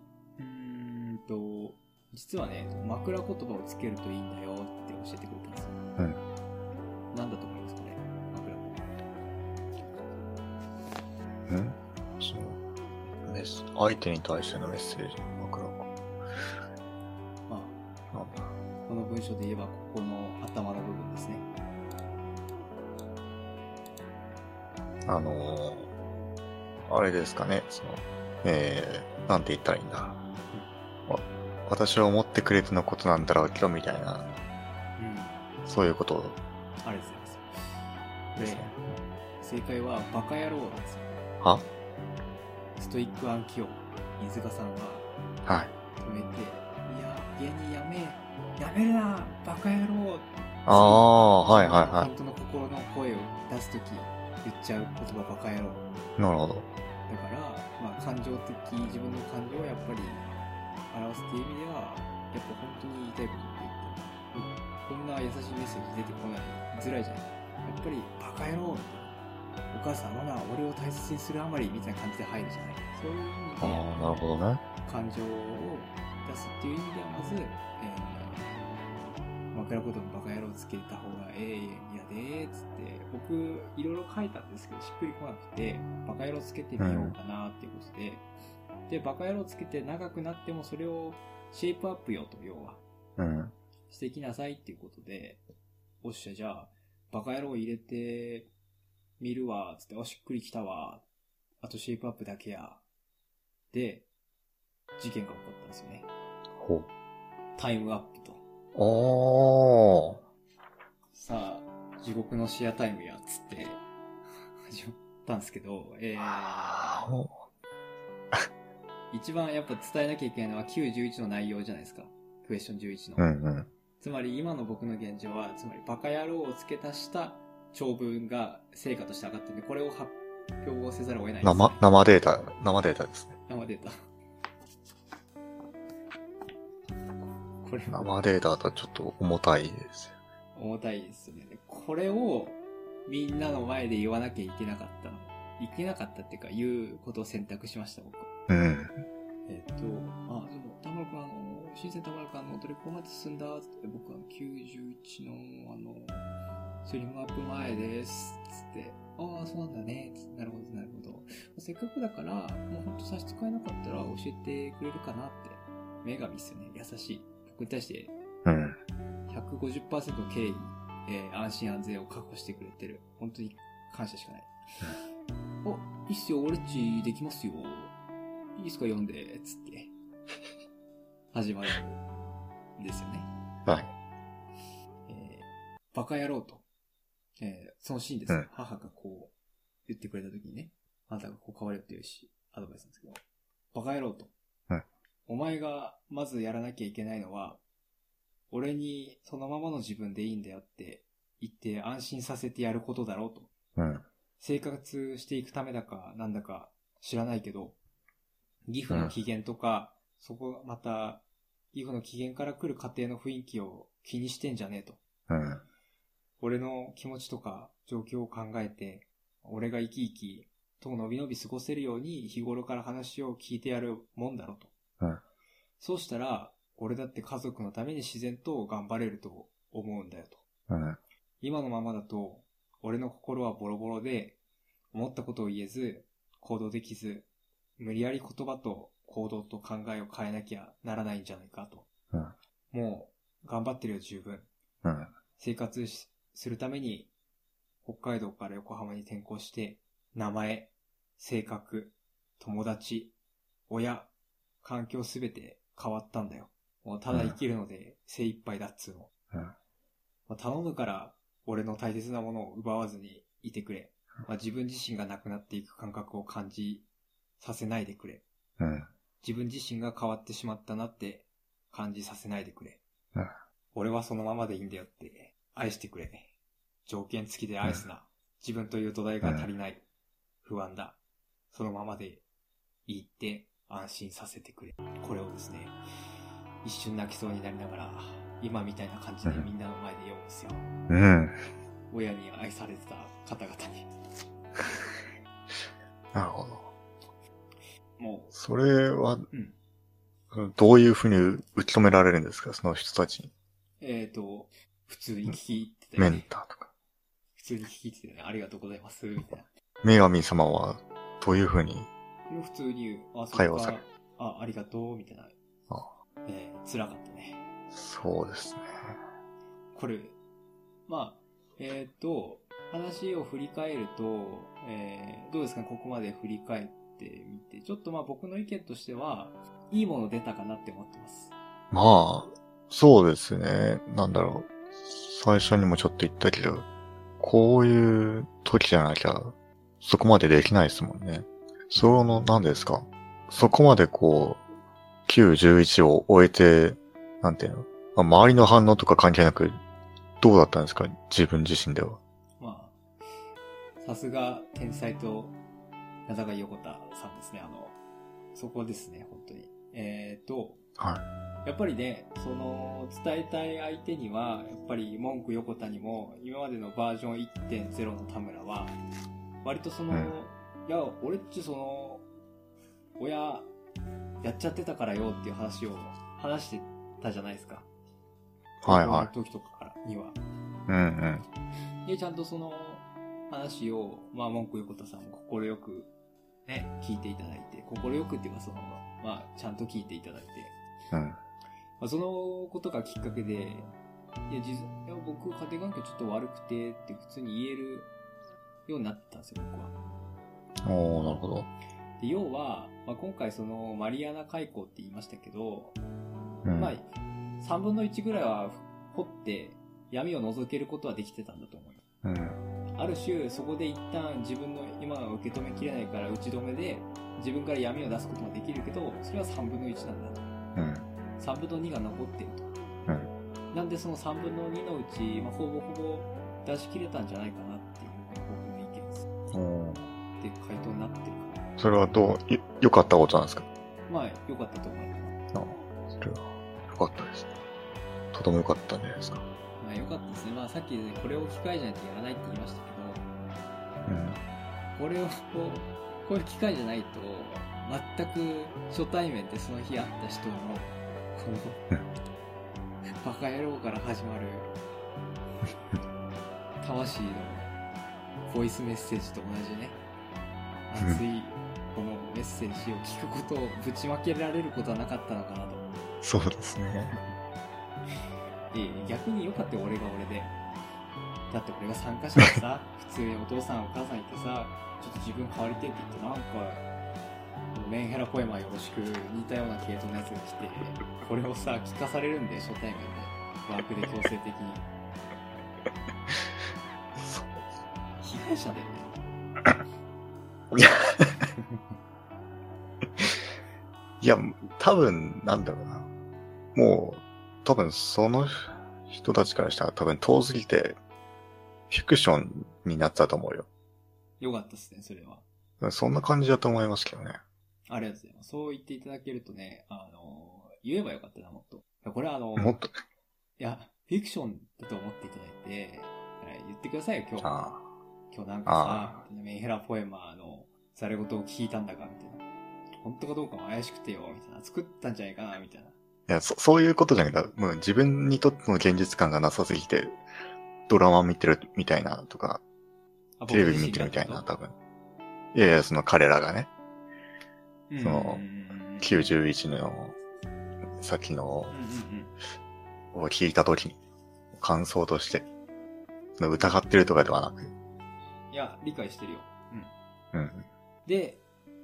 実はね、枕言葉をつけるといいんだよって教えてくれたんですよ。なんだと思いますかね、枕言葉。相手に対してのメッセージ、枕言葉。 まあ、なんだ。この文章で言えば、ここの頭の部分ですね。 あれですかね、なんて言ったらいいんだ。私は思ってくれてのことなんだろうけど、みたいな。そういうことを。 ありがとうございます。で、正解はバカ野郎なんですよ。 は？ ストイック暗記を飯塚さんは止めて、いや、芸人やめるな、バカ野郎。 はいはいはい。 本当の心の声を出すとき言っちゃう言葉バカ野郎。 なるほど。 だから、まあ感情的、自分の感情をやっぱり表すっていう意味では、やっぱ本当に言いたいことって言って、こんな優しいメッセージ出てこないづらいじゃない。やっぱりバカ野郎みたいな。お母さんは俺を大切にするあまりみたいな感じで入るじゃない。そういう意味で、 なるほどね。 感情を出すっていう意味ではまず、枕言葉バカ野郎つけた方がいやでーつって、僕いろいろ書いたんですけどしっくりこなくて、バカ野郎つけてみようかなっていうことで、で、バカ野郎つけて長くなってもそれをシェイプアップよと、要は。していきなさいっていうことで、おっしゃ、じゃあ、バカ野郎入れてみるわ、つって、しっくりきたわ。あとシェイプアップだけや。で、事件が起こったんですよね。タイムアップと。さあ、地獄のシェアタイムや、つって、始まったんですけど、一番やっぱ伝えなきゃいけないのは911の内容じゃないですか。クエスチョン11の。つまり今の僕の現状は、つまりバカ野郎を付け足した長文が成果として上がってるんで、これを発表せざるを得ないです、ね。 生データですね。 生データ。これ生データだとちょっと重たいですよ。 重たいですよね。これをみんなの前で言わなきゃいけなかったの。いけなかったっていうか、言うことを選択しました、僕。でも、田村くん、新鮮田村くん、どれこまで進んだつって、僕は91のスリムアップ前です。つって、そうなんだね。つって、なるほど、なるほど。せっかくだから、もうほんと差し支えなかったら教えてくれるかなって。女神っすよね。優しい。僕に対して、150% 敬意安心安全を確保してくれてる。本当に感謝しかない。お、いいっすよ、俺っちできますよ。いいっすか、読んで、つって。始まるんですよね。 はい。 バカ野郎と。そのシーンです、母がこう、言ってくれた時にね、あなたがこう変われよっていうし、アドバイスなんですけど、バカ野郎と。お前がまずやらなきゃいけないのは、俺にそのままの自分でいいんだよって言って安心させてやることだろうと。生活していくためだかなんだか知らないけど、義父の機嫌とか、そこまた、義父の機嫌から来る家庭の雰囲気を気にしてんじゃねえと。俺の気持ちとか状況を考えて、俺が生き生きとのびのび過ごせるように日頃から話を聞いてやるもんだろうと。そうしたら、俺だって家族のために自然と頑張れると思うんだよと。今のままだと、俺の心はボロボロで、思ったことを言えず、行動できず、無理やり言葉と行動と考えを変えなきゃならないんじゃないかと。もう、頑張ってるよ十分。生活するために、北海道から横浜に転校して、名前、性格、友達、親、環境すべて変わったんだよ。もうただ生きるので精一杯だっつうの。頼むから俺の大切なものを奪わずにいてくれ。自分自身がなくなっていく感覚を感じさせないでくれ。自分自身が変わってしまったなって感じさせないでくれ。俺はそのままでいいんだよって愛してくれ。条件付きで愛すな。自分という土台が足りない。不安だ。そのままでいいって安心させてくれ。これをですね、一瞬泣きそうになりながら、今みたいな感じでみんなの前で読むんですよ。親に愛されてた方々に。 なるほど。 もう。 それは、どういうふうに受け止められるんですか、その人たちに。 普通に聞き入ってたよね。メンターとか。 普通に聞き入ってたよね。ありがとうございます、みたいな。 女神様は、どういうふうに普通に言う。 会話される。 ありがとう、みたいな。辛かったね。 そうですね。 これ、話を振り返ると、どうですかね、ここまで振り返ってみて。ちょっと僕の意見としては、いいもの出たかなって思ってます。 そうですね。なんだろう。最初にもちょっと言ったけど、こういう時じゃなきゃ、そこまでできないですもんね。何ですか。そこまで9、11を終えて、なんていうの、周りの反応とか関係なく、どうだったんですか、自分自身では。 さすが天才と名高横田さんですね。そこですね、本当に。やっぱりね、伝えたい相手には、やっぱり文句横田にも、今までのバージョン 1.0 の田村は、割といや、俺っち親、やっちゃってたからよっていう話を話してたじゃないですか。の時とかからには。で、ちゃんと話を、文句横田さんも心よく、ね、聞いていただいて、心よくっていうかちゃんと聞いていただいて。そのことがきっかけで、いや、僕、家庭環境ちょっと悪くてって普通に言えるようになったんですよ、僕は。 なるほど。 で、要は、今回マリアナ海溝って言いましたけど、3分の1ぐらいは掘って闇を覗けることはできてたんだと思う。ある種、そこで一旦自分の今は受け止めきれないから打ち止めで、自分から闇を出すこともできるけど、それは3分の1なんだと。3分の2が残ってると。なんでその3分の2のうち、ほぼほぼ出し切れたんじゃないかなっていう僕の意見です。って回答になってるかな。 それは良かったことなんですか？ 良かったと思います。 それは良かったですね。とても良かったんじゃないですか。 良かったですね。さっきこれを機会じゃないとやらないって言いましたけど、これをこういう機会じゃないと、全く初対面でその日会った人の、バカ野郎から始まる、魂のボイスメッセージと同じね、熱いこのメッセージを聞くことをぶちまけられることはなかったのかなと。 そうですね。 逆に良かったよ、俺が俺で。 だって俺が参加者でさ、普通にお父さんお母さんいてさ、ちょっと自分変わりてって言ってなんか、メンヘラポエマーよろしく似たような系統のやつが来て、これをさ、聞かされるんで、初対面で。ワークで強制的に。被害者だよね。 いや、いや、多分、なんだろうな。もう、多分その人たちからしたら多分遠すぎて、フィクションになってたと思うよ。 よかったですね、それは。 そんな感じだと思いますけどね。 ありがとうございます。そう言っていただけるとね、言えばよかったな、もっと。いやこれもっと。 いや、フィクションだと思っていただいて、言ってくださいよ、今日。今日なんかさ、メンヘラポエマーのざれ言を聞いたんだか、みたいな。本当かどうかも怪しくてよ、みたいな。作ったんじゃないかな、みたいな。いや、そういうことじゃなくて、もう自分にとっての現実感がなさすぎて、ドラマ見てるみたいなとか、テレビ見てるみたいな、多分。いやいや、その彼らがね、その、91の先の、を聞いたときに、感想として、その疑ってるとかではなく。 いや、理解してるよ。 うん。 で、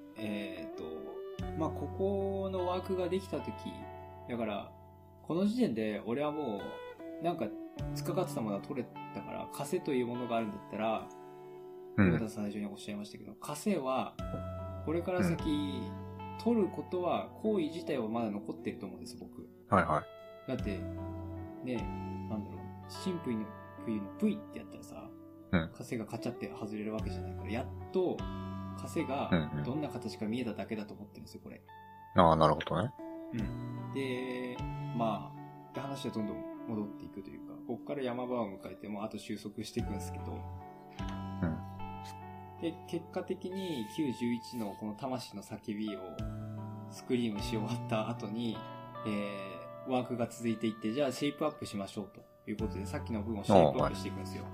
まあ、ここのワークができたとき、だから、この時点で俺はもう、なんか、突っかかってたものは取れたから、枷というものがあるんだったら、横田さん最初におっしゃいましたけど、枷は、これから先、取ることは、行為自体はまだ残ってると思うんです、僕。 はいはい。 だって、ね、なんだろう、新冬の V ってやったらさ、枷がカチャって外れるわけじゃないから、やっと、枷がどんな形か見えただけだと思ってるんですよ、これ。 ああ、なるほどね。 で、まあ、って話はどんどん戻っていくというか、ここから山場を迎えて、もうあと収束していくんですけど、で、結果的に91のこの魂の叫びをスクリームし終わった後に、ワークが続いていって、じゃあシェイプアップしましょうということで、さっきの分をシェイプアップしていくんですよ。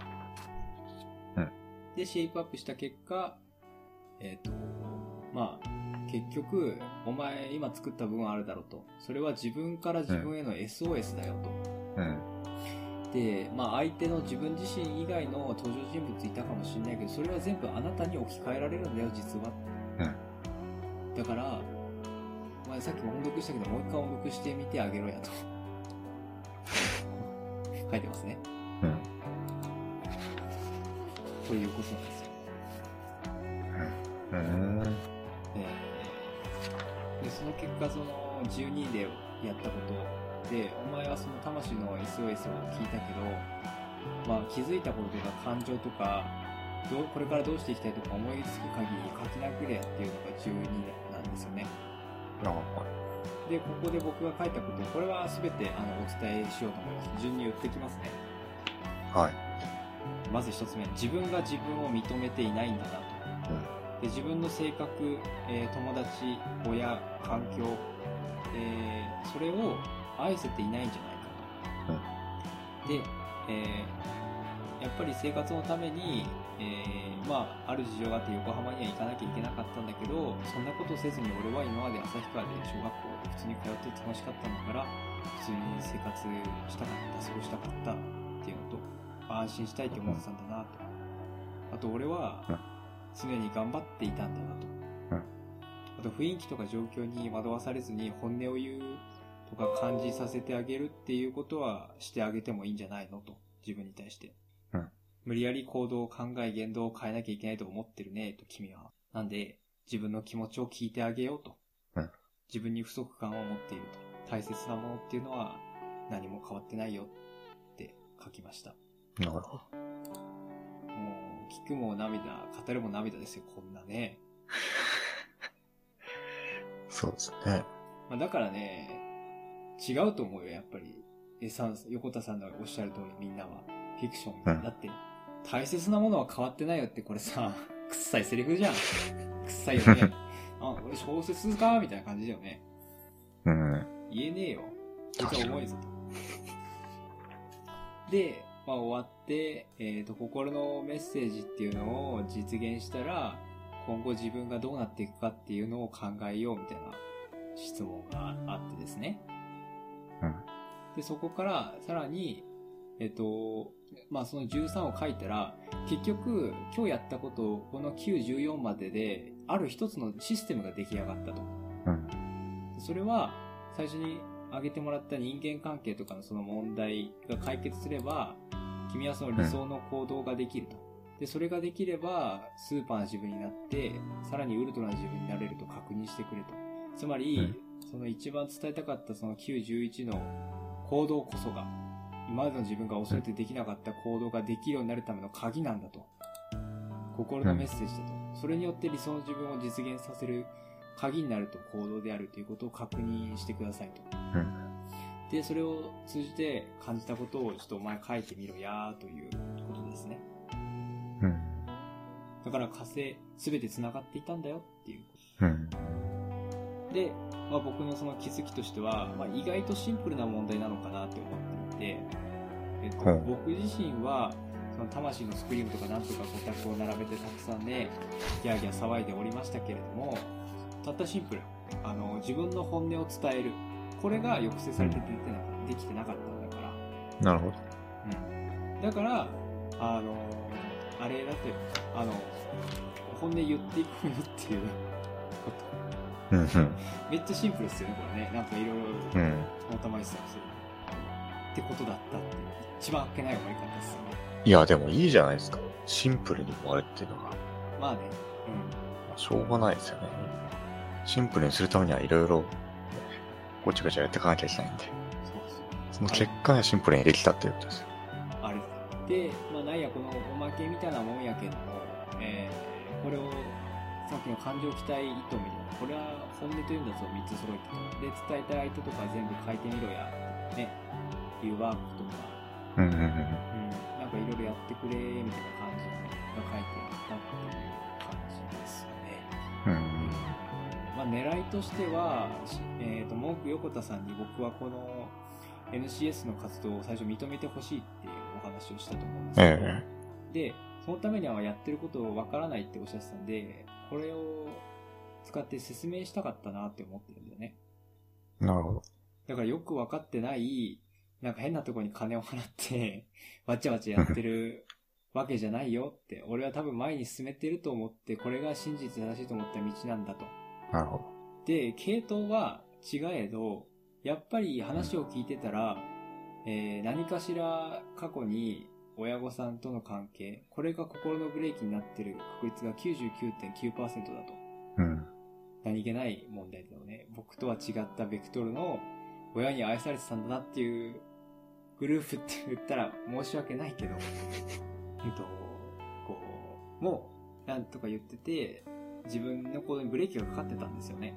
で、シェイプアップした結果、まあ、結局、お前今作った分あるだろうと。それは自分から自分への SOS だよと。で、まあ相手の自分自身以外の登場人物いたかもしれないけど、それは全部あなたに置き換えられるんだよ、実は。だから、お前さっきも音読したけど、もう一回音読してみてあげろやと。書いてますね。ということなんですよ。で、その結果、その12でやったことで、お前はその魂の SOS を聞いたけど、まあ気づいたこととか感情とか、これからどうしていきたいとか思いつく限り書き殴れやっていうのが12なんですよね。で、ここで僕が書いたこと、これは全てお伝えしようと思います。順に言ってきますね。まず一つ目、自分が自分を認めていないんだなと。で、自分の性格、友達、親、環境、それを愛せていないんじゃないかと。で、やっぱり生活のために、まあ、ある事情があって横浜には行かなきゃいけなかったんだけど、そんなことせずに俺は今まで旭川で小学校で普通に通って楽しかったんだから、普通に生活したかった、過ごしたかったっていうのと、安心したいって思ってたんだなと。あと俺は常に頑張っていたんだなと。あと雰囲気とか状況に惑わされずに本音を言うとか感じさせてあげるっていうことはしてあげてもいいんじゃないのと。自分に対して。無理やり行動、考え、言動を変えなきゃいけないと思ってるねと君は。なんで自分の気持ちを聞いてあげようと。自分に不足感を持っていると。大切なものっていうのは何も変わってないよって書きました。 なるほど。 もう、聞くも涙、語るも涙ですよ、こんなね。 そうですね。 まあ、だからね、違うと思うよ、やっぱり。横田さんのおっしゃる通りみんなは。フィクション。だって、大切なものは変わってないよってこれさ、くっさいセリフじゃん。くっさいよね。あ、俺小説かみたいな感じだよね。言えねえよ。こいつは重いぞと。で、まあ終わって、心のメッセージっていうのを実現したら、今後自分がどうなっていくかっていうのを考えようみたいな質問があってですね。で、そこからさらに、 まあその13を書いたら、結局今日やったことをこの9、14までである一つのシステムが出来上がったと。 うん。 それは最初に挙げてもらった人間関係とかのその問題が解決すれば、君はその理想の行動ができると。で、それができればスーパーな自分になって、さらにウルトラな自分になれると確認してくれと。つまり、その一番伝えたかったその9、11の行動こそが、今までの自分が恐れてできなかった行動ができるようになるための鍵なんだと。心のメッセージだと。それによって理想の自分を実現させる鍵になると行動であるということを確認してくださいと。で、それを通じて感じたことをちょっとお前書いてみろやーということですね。だから火星すべて繋がっていたんだよっていう。で、まあ、僕のその気づきとしては、まあ、意外とシンプルな問題なのかなって思っていて、僕自身はその魂のスクリームとかなんとか5択を並べてたくさんね、ギャーギャー騒いでおりましたけれども、たったシンプル。自分の本音を伝える。これが抑制されてできてなかったんだから。 なるほど。 だから、あれだって、本音言っていこうよっていうこと。めっちゃシンプルですよね、これね。なんかいろいろ、おたまりしたりする。ってことだったっていう。一番あっけない終わり方ですよね。 いや、でもいいじゃないですか。シンプルに終わるっていうのが。 まあね。 しょうがないですよね。シンプルにするためにはいろいろ、ごちゃごちゃやっていかなきゃいけないんで。その結果がシンプルにできたっていうことですよ。 あれで、まあなんやこのおまけみたいなもんやけども、これをさっきの感情期待意図みたいな、これは本音というのやつを3つ揃えてと。で、伝えたい相手とか全部書いてみろや、ね、いうワークとか、なんかいろいろやってくれ、みたいな感じが書いてあったっていう感じですね。まあ狙いとしては、文句横田さんに僕はこの NCS の活動を最初認めてほしいっていうお話をしたと思うんですけど、で、そのためにはやってることをわからないっておっしゃってたんで、これを使って説明したかったなって思ってるんだよね。 なるほど。 だからよくわかってない、なんか変なところに金を払って、わちゃわちゃやってるわけじゃないよって、俺は多分前に進めてると思って、これが真実正しいと思った道なんだと。 なるほど。 で、系統は違えど、やっぱり話を聞いてたら、何かしら過去に親御さんとの関係、これが心のブレーキになってる確率が 99.9% だと。何気ない問題だよね。僕とは違ったベクトルの親に愛されてたんだなっていうグループって言ったら申し訳ないけど、もう、なんとか言ってて、自分の行動にブレーキがかかってたんですよね。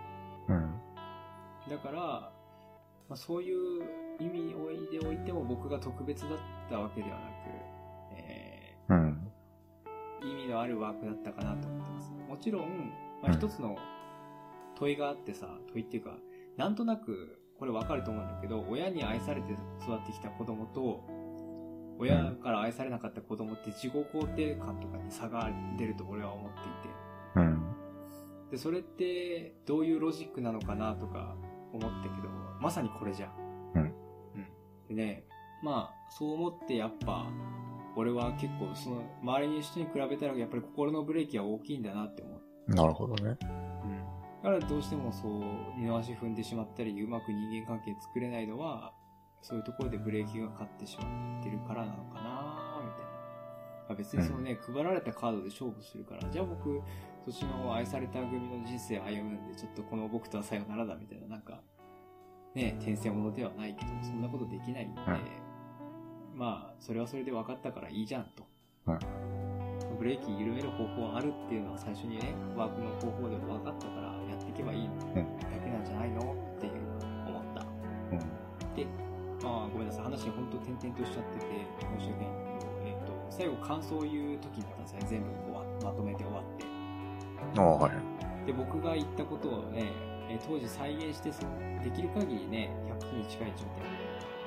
だから、まあ、そういう意味でおいても僕が特別だったわけではなく、意味のあるワークだったかなと思ってます。もちろん、まあ、一つの問いがあってさ、問いっていうか、なんとなくこれわかると思うんだけど、親に愛されて育ってきた子供と、親から愛されなかった子供って自己肯定感とかに差が出ると俺は思っていて。で、それってどういうロジックなのかなとか思ったけど、まさにこれじゃん。でね、まあ、そう思ってやっぱ、俺は結構その周りの人に比べたらやっぱり心のブレーキは大きいんだなって思う。 なるほどね。 だからどうしてもそう二の足踏んでしまったりうまく人間関係作れないのはそういうところでブレーキがかかってしまってるからなのかなみたいな。まあ、別にそのね、配られたカードで勝負するから、じゃあ僕そっちの愛された組の人生を歩むんでちょっとこの僕とはさよならだみたいな、なんかね、転生ものではないけどそんなことできないんで、まあそれはそれで分かったからいいじゃんと。ブレーキ緩める方法あるっていうのは最初にね、ワークの方法でも分かったからやっていけばいいだけなんじゃないのっていう思った。で、まあごめんなさい、話ほんと点々としちゃってて申し訳ないんだけど、最後感想を言う時だったんですね、全部まとめて終わって。で、僕が言ったことをね、当時再現してできる限りね、100に近い状態で、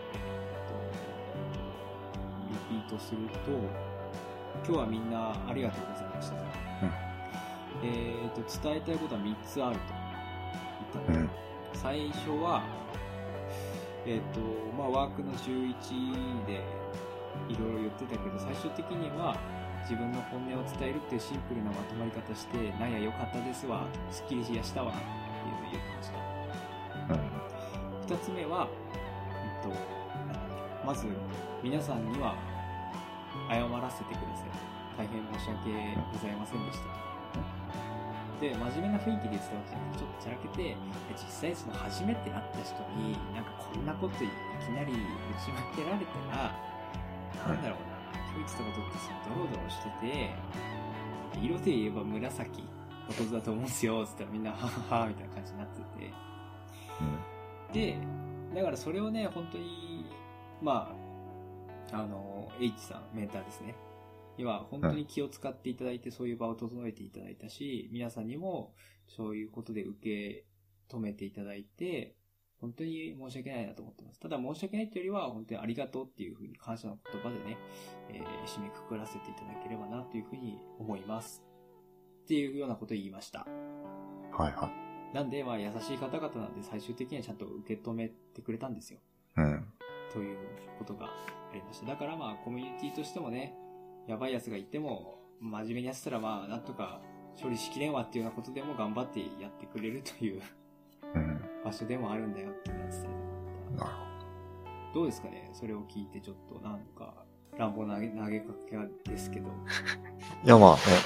リピートすると、今日はみんなありがとうございました。伝えたいことは3つあると言ったの。最初は、 ワークの11でいろいろ言ってたけど、最終的には自分の本音を伝えるっていうシンプルなまとまり方して、なんや良かったですわ、すっきりしやしたわっていうのを言ってました。二つ目は、まず皆さんには謝らせてください。大変申し訳ございませんでしたと。で、真面目な雰囲気で言ってたわけじゃなくて、ちょっとチャラけて、実際その初めて会った人に、なんかこんなこといきなり打ち負けられたら、なんだろうな、今日言ってたことってそのドロドロしてて、色で言えば紫のことだと思うんすよ、つったらみんな、ははは、みたいな感じになってて。で、だからそれをね、本当に、H さん、メンターですね。には本当に気を使っていただいて、そういう場を整えていただいたし、皆さんにもそういうことで受け止めていただいて、本当に申し訳ないなと思ってます。ただ申し訳ないというよりは、本当にありがとうっていうふうに感謝の言葉でね、締めくくらせていただければなというふうに思います。っていうようなことを言いました。 はいはい。 なんで、優しい方々なんで最終的にはちゃんと受け止めてくれたんですよ。ということがありました。だからコミュニティとしてもね、やばい奴がいても、真面目にやってたらなんとか処理しきれんわっていうようなことでも頑張ってやってくれるという場所でもあるんだよっていうのを伝えてもらった。なるほど。どうですかね、それを聞いてちょっとなんか乱暴な投げかけですけど。 いや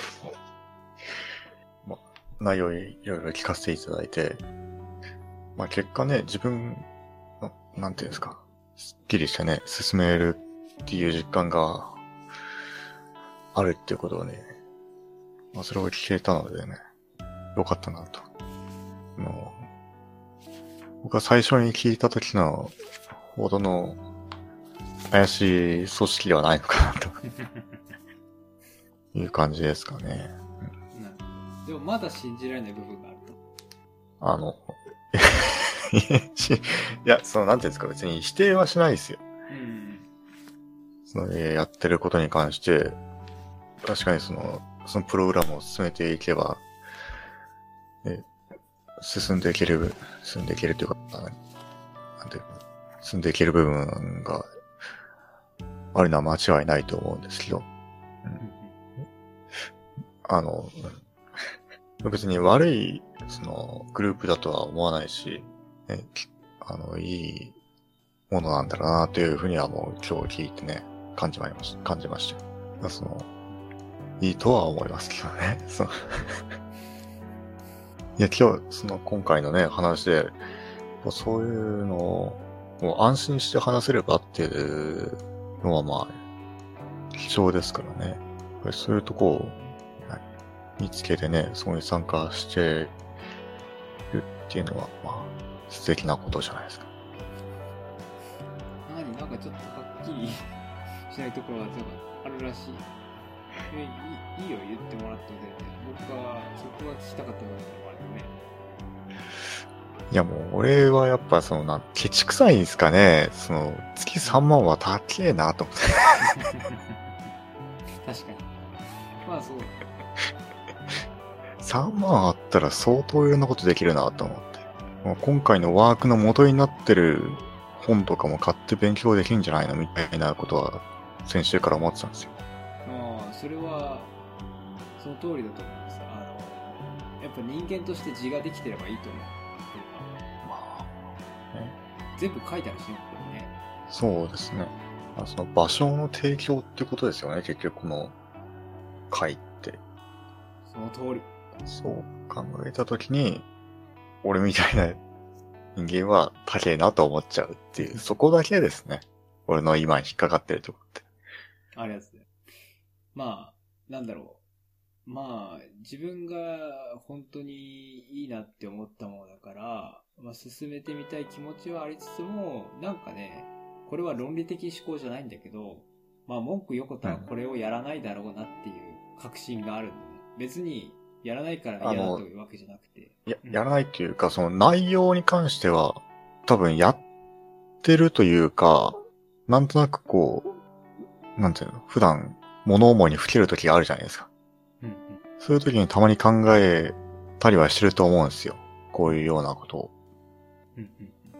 内容いろいろ聞かせていただいて、結果ね、自分の、なんていうんですか、すっきりしてね、進めるっていう実感があるっていうことをね、それを聞けたのでね、よかったなと。僕は最初に聞いた時のほどの怪しい組織ではないのかなという感じですかね。 でもまだ信じられない部分があると。いや、なんていうんですか、別に否定はしないですよ。やってることに関して、確かにそのプログラムを進めていけば、進んでいけるというか、進んでいける部分があるのは間違いないと思うんですけど、別に悪いグループだとは思わないし、いいものなんだろうなというふうにはもう今日聞いてね、感じましたよ。いいとは思いますけどね。いや、今回のね、話で、そういうのを安心して話せればっていうのは貴重ですからね。そういうとこを見つけてね、そこに参加してるっていうのは、素敵なことじゃないですか。 なんかちょっとはっきりしないところがあるらしい。いいよ、言ってもらって全然。僕はそこが聞きたかった部分でもあるよね。 いやもう俺はやっぱケチくさいんですかね。月3万は高えなと思って。 確かに。そうだ。 3万あったら相当いろんなことできるなと思って。今回のワークの元になってる本とかも買って勉強できるんじゃないのみたいなことは先週から思ってたんですよ。 それはその通りだと思います。やっぱ人間として字ができてればいいと思う。全部書いてあるしね、ここにね。 そうですね。場所の提供ってことですよね、結局この回って。 その通り。 そう考えたときに、俺みたいな人間は高えなと思っちゃうっていう、そこだけですね。俺の今引っかかってるとこって。 あれですね。なんだろう。自分が本当にいいなって思ったものだから、進めてみたい気持ちはありつつも、なんかね、これは論理的思考じゃないんだけど、文句横田はこれをやらないだろうなっていう確信があるんで、別にやらないから嫌だというわけじゃなくて。 やらないっていうか、内容に関しては、多分やってるというか、なんとなくなんていうの、普段物思いにふける時があるじゃないですか。そういう時にたまに考えたりはしてると思うんですよ。こういうようなことを。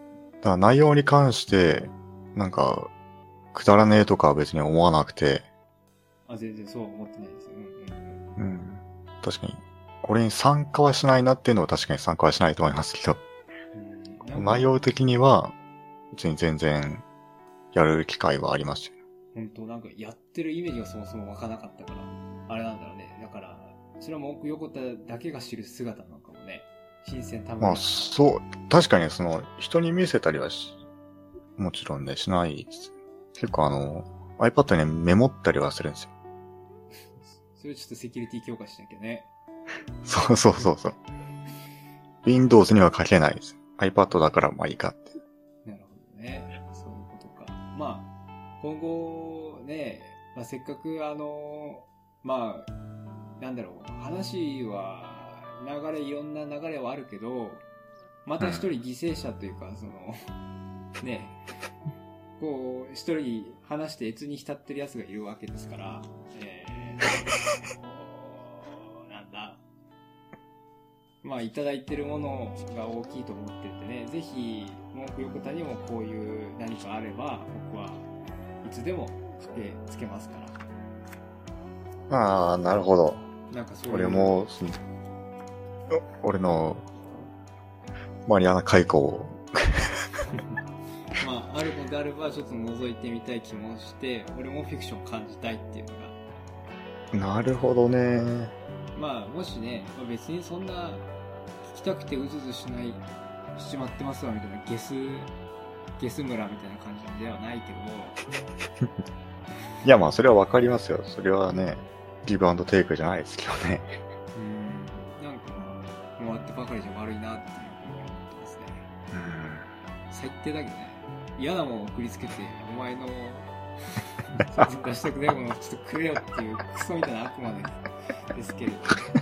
から内容に関して、なんか、くだらねえとかは別に思わなくて。 あ、全然そう思ってないですよ。 うん。確かに。これに参加はしないなっていうのは確かに参加はしないと思いますけど。内容的には、別に全然、やる機会はありますよ。 本当なんかやってるイメージがそもそも湧かなかったから、あれなんだろうね。だから、それはもう横田だけが知る姿なのかもね。新鮮多分。 まあ、そう、確かに人に見せたりはもちろんね、しないです。結構iPad にメモったりはするんですよ。 それちょっとセキュリティ強化しなきゃね。 そうそうそうそう。Windows には書けないです。iPad だからまあいいかって。 なるほどね。そういうことか。まあ、今後ね、まあ、せっかくまあ、なんだろう、話は、いろんな流れはあるけど、また一人犠牲者というか、ね、こう、一人話して越に浸ってる奴がいるわけですから、なんだ、まあ、いただいてるものが大きいと思ってるんでね、ぜひ、文句横田にもこういう何かあれば、僕はいつでも駆けつけますから。 ああ、なるほど。 なんかそういう。 俺も、俺の、マリアナ海溝を。 まあ、あるのであれば、ちょっと覗いてみたい気もして、俺もフィクション感じたいっていうのが。なるほどね。 まあ、もしね、まあ、別にそんな、聞きたくてうずうずしちまってますわ、みたいな、ゲス村みたいな感じではないけど。 いや、まあ、それはわかりますよ。それはね、ギブアンドテイクじゃないですけどね。 なんか、もらってばかりじゃ悪いなっていうふうに思ってますね。最低だけどね。嫌なものを送りつけて、お前の、出したくないものをちょっとくれよっていうクソみたいな悪魔ですけれども。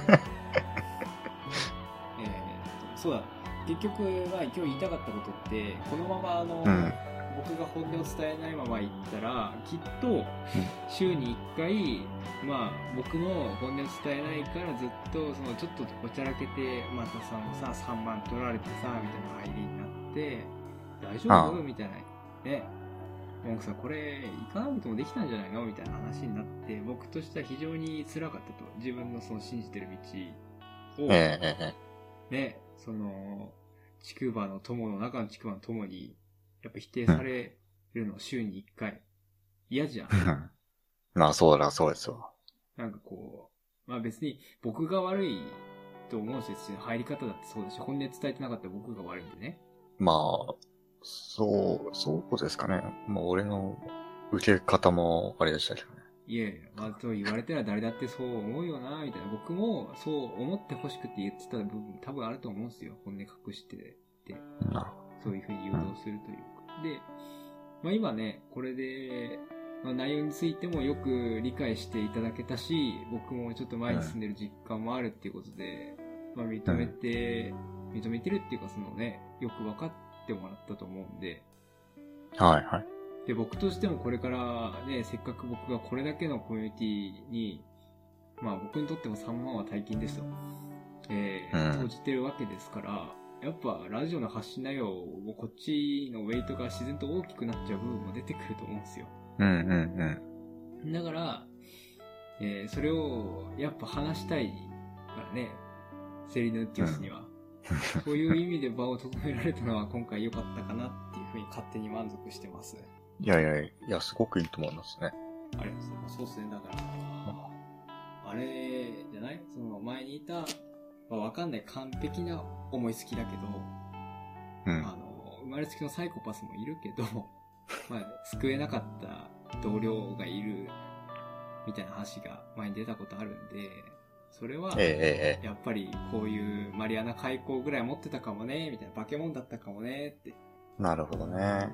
そうだ。結局、まあ今日言いたかったことって、このまま僕が本音を伝えないまま行ったら、きっと週に1回、まあ僕の本音を伝えないからずっとちょっとおちゃらけて、またさ3万取られてさみたいな入りになって、大丈夫みたいなね。文句さんこれ行かなくてもできたんじゃないのみたいな話になって、僕としては非常に辛かったと。自分の信じてる道を、ね、筑波の友の中の筑波の友にやっぱ否定されるの週に1回。嫌じゃん。 まあそうですよ。 なんかこう、まあ別に僕が悪いと思うんですよ。入り方だってそうだし、本音伝えてなかったら僕が悪いんでね。 まあ、そうですかね。まあ俺の受け方もあれでしたけどね。 いやいや、まあと言われたら誰だってそう思うよな、みたいな。僕もそう思ってほしくて言ってた部分多分あると思うんですよ。本音隠してて。そういう風に誘導するというか。で、まあ今ね、これで、まあ、内容についてもよく理解していただけたし、僕もちょっと前に住んでる実感もあるっていうことで、まあ認めてるっていうかよく分かってもらったと思うんで。 はいはい。 で、僕としてもこれからね、せっかく僕がこれだけのコミュニティに、まあ僕にとっても3万は大金ですよ。投じてるわけですから、やっぱラジオの発信内容もこっちのウェイトが自然と大きくなっちゃう部分も出てくると思うんですよ。だから、それをやっぱ話したいからね、セリヌティウスには。そういう意味で場を整えられたのは今回良かったかなっていうふうに勝手に満足してます。 いや、すごくいいと思いますね。 ありがとうございます。そうですね、だから、あれじゃない前にいた、わかんない完璧な思いつきだけど、生まれつきのサイコパスもいるけど、まあ、救えなかった同僚がいる、みたいな話が前に出たことあるんで、それは、やっぱりこういうマリアナ海溝ぐらい持ってたかもね、みたいな化け物だったかもね、って。 なるほどね。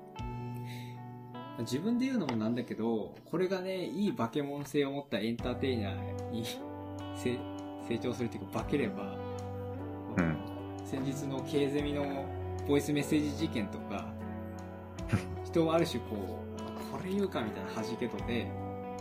自分で言うのもなんだけど、これがね、いい化け物性を持ったエンターテイナーに成長するっていうか、化ければ、先日のケイゼミのボイスメッセージ事件とか、人をある種これ言うかみたいな弾けとで、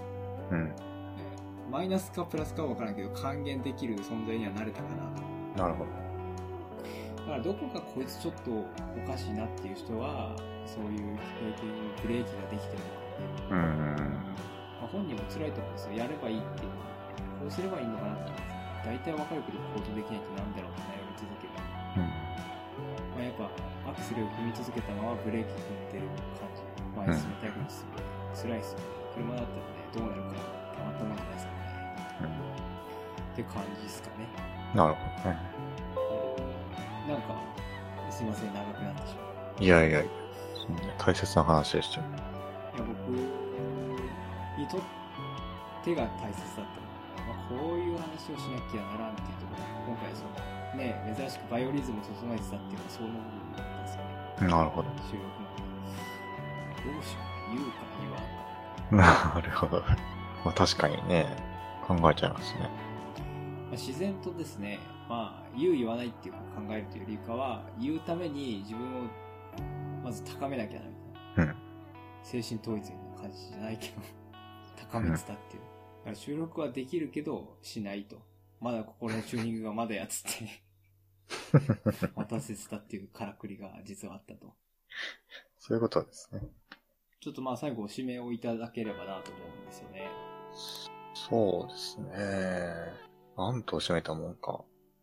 マイナスかプラスかは分からんけど還元できる存在にはなれたかなと。 なるほど。 からどこかこいつちょっとおかしいなっていう人は、そういうブレーキができてるのかね。まあ、本人も辛いと思うんですよ。やればいいっていうのは、こうすればいいのかなって大体わかるけど行動できないってなんだろうって悩み続ける。まあ、やっぱアクセルを踏み続けたままブレーキ踏んでる感じ。前に進みたいから進む。辛いっすよね。車だったらね、どうなるかたまったもんじゃないですかね。って感じですかね。 なるほどね。 なんか、すいません、長くなってしまう。 いやいや、大切な話でしたよ。 いや、僕にとってが大切だったのは、まあ、こういう話をしなきゃならんっていうところで、今回その、ね、珍しくバイオリズムを整えてたっていうのはその部分だったんですよね。 なるほど。 収録の。どうしよう、言うか言わんか。 なるほど。まあ確かにね、考えちゃいますね。 まあ、自然とですね、まあ、言う言わないっていうか考えるというよりかは、言うために自分をまず高めなきゃなみたいな。精神統一みたいな感じじゃないけど、高めてたっていう。だから収録はできるけど、しないと。まだ心のチューニングがまだやつって待たせてたっていうからくりが実はあったと。 そういうことですね。 ちょっとまあ最後締めをいただければなと思うんですよね。 そうですね。なんと締めたもんか。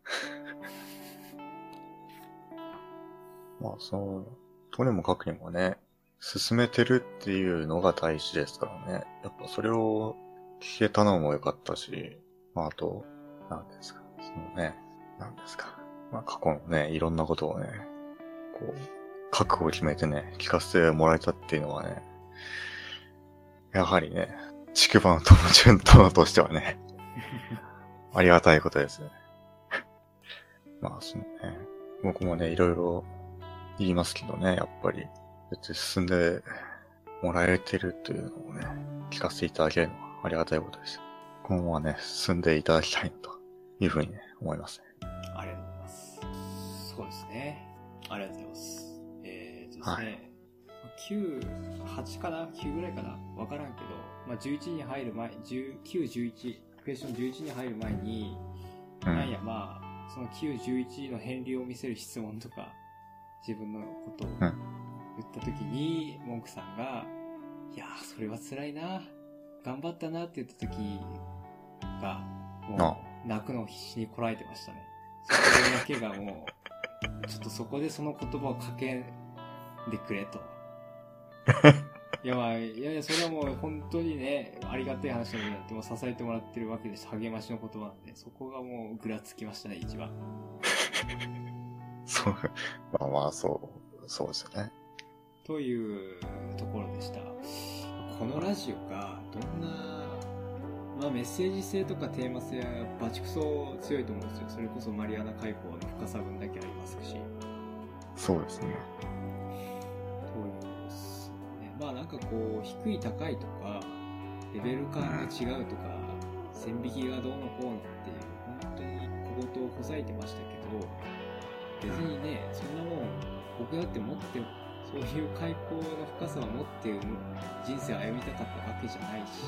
まあとにもかくにもね、進めてるっていうのが大事ですからね。やっぱそれを聞けたのも良かったし、まああと、なんですか。まあ過去のね、いろんなことをね、こう、覚悟を決めてね、聞かせてもらえたっていうのはね、やはりね、竹馬の友順殿としてはね、ありがたいことですね。まあ僕もね、いろいろ言いますけどね、やっぱり、別に進んでもらえてるというのをね、聞かせていただけるのはありがたいことです。今後はね、進んでいただきたいというふうにね、思いますね。 ありがとうございます。そうですね。ありがとうございます。ですね、はい、9、8かな ?9 ぐらいかなわからんけど、まあ、11に入る前、9、11、クエスチョン11に入る前に、なんやまあ、その9、11の片鱗を見せる質問とか、自分のことを言ったときに、文句さんが、いやー、それは辛いな。頑張ったなって言ったときが、もう、泣くのを必死にこらえてましたね。それだけがもう、ちょっとそこでその言葉をかけでくれと。いや、それはもう本当にね、ありがたい話なのになっても支えてもらってるわけでし、励ましの言葉なんで、そこがもうぐらつきましたね、一番。 そう、まあそうですよね。 というところでした。このラジオがどんな、まあメッセージ性とかテーマ性はバチクソ強いと思うんですよ。それこそマリアナ海溝の深さ分だけありますし。 そうですね。 まあなんかこう、低い高いとか、レベル感が違うとか、線引きがどうのこうのっていう、本当に小言をほざいてましたけど、別にね、そんなもん、僕だって持って、そういう海溝の深さを持って人生を歩みたかったわけじゃないし、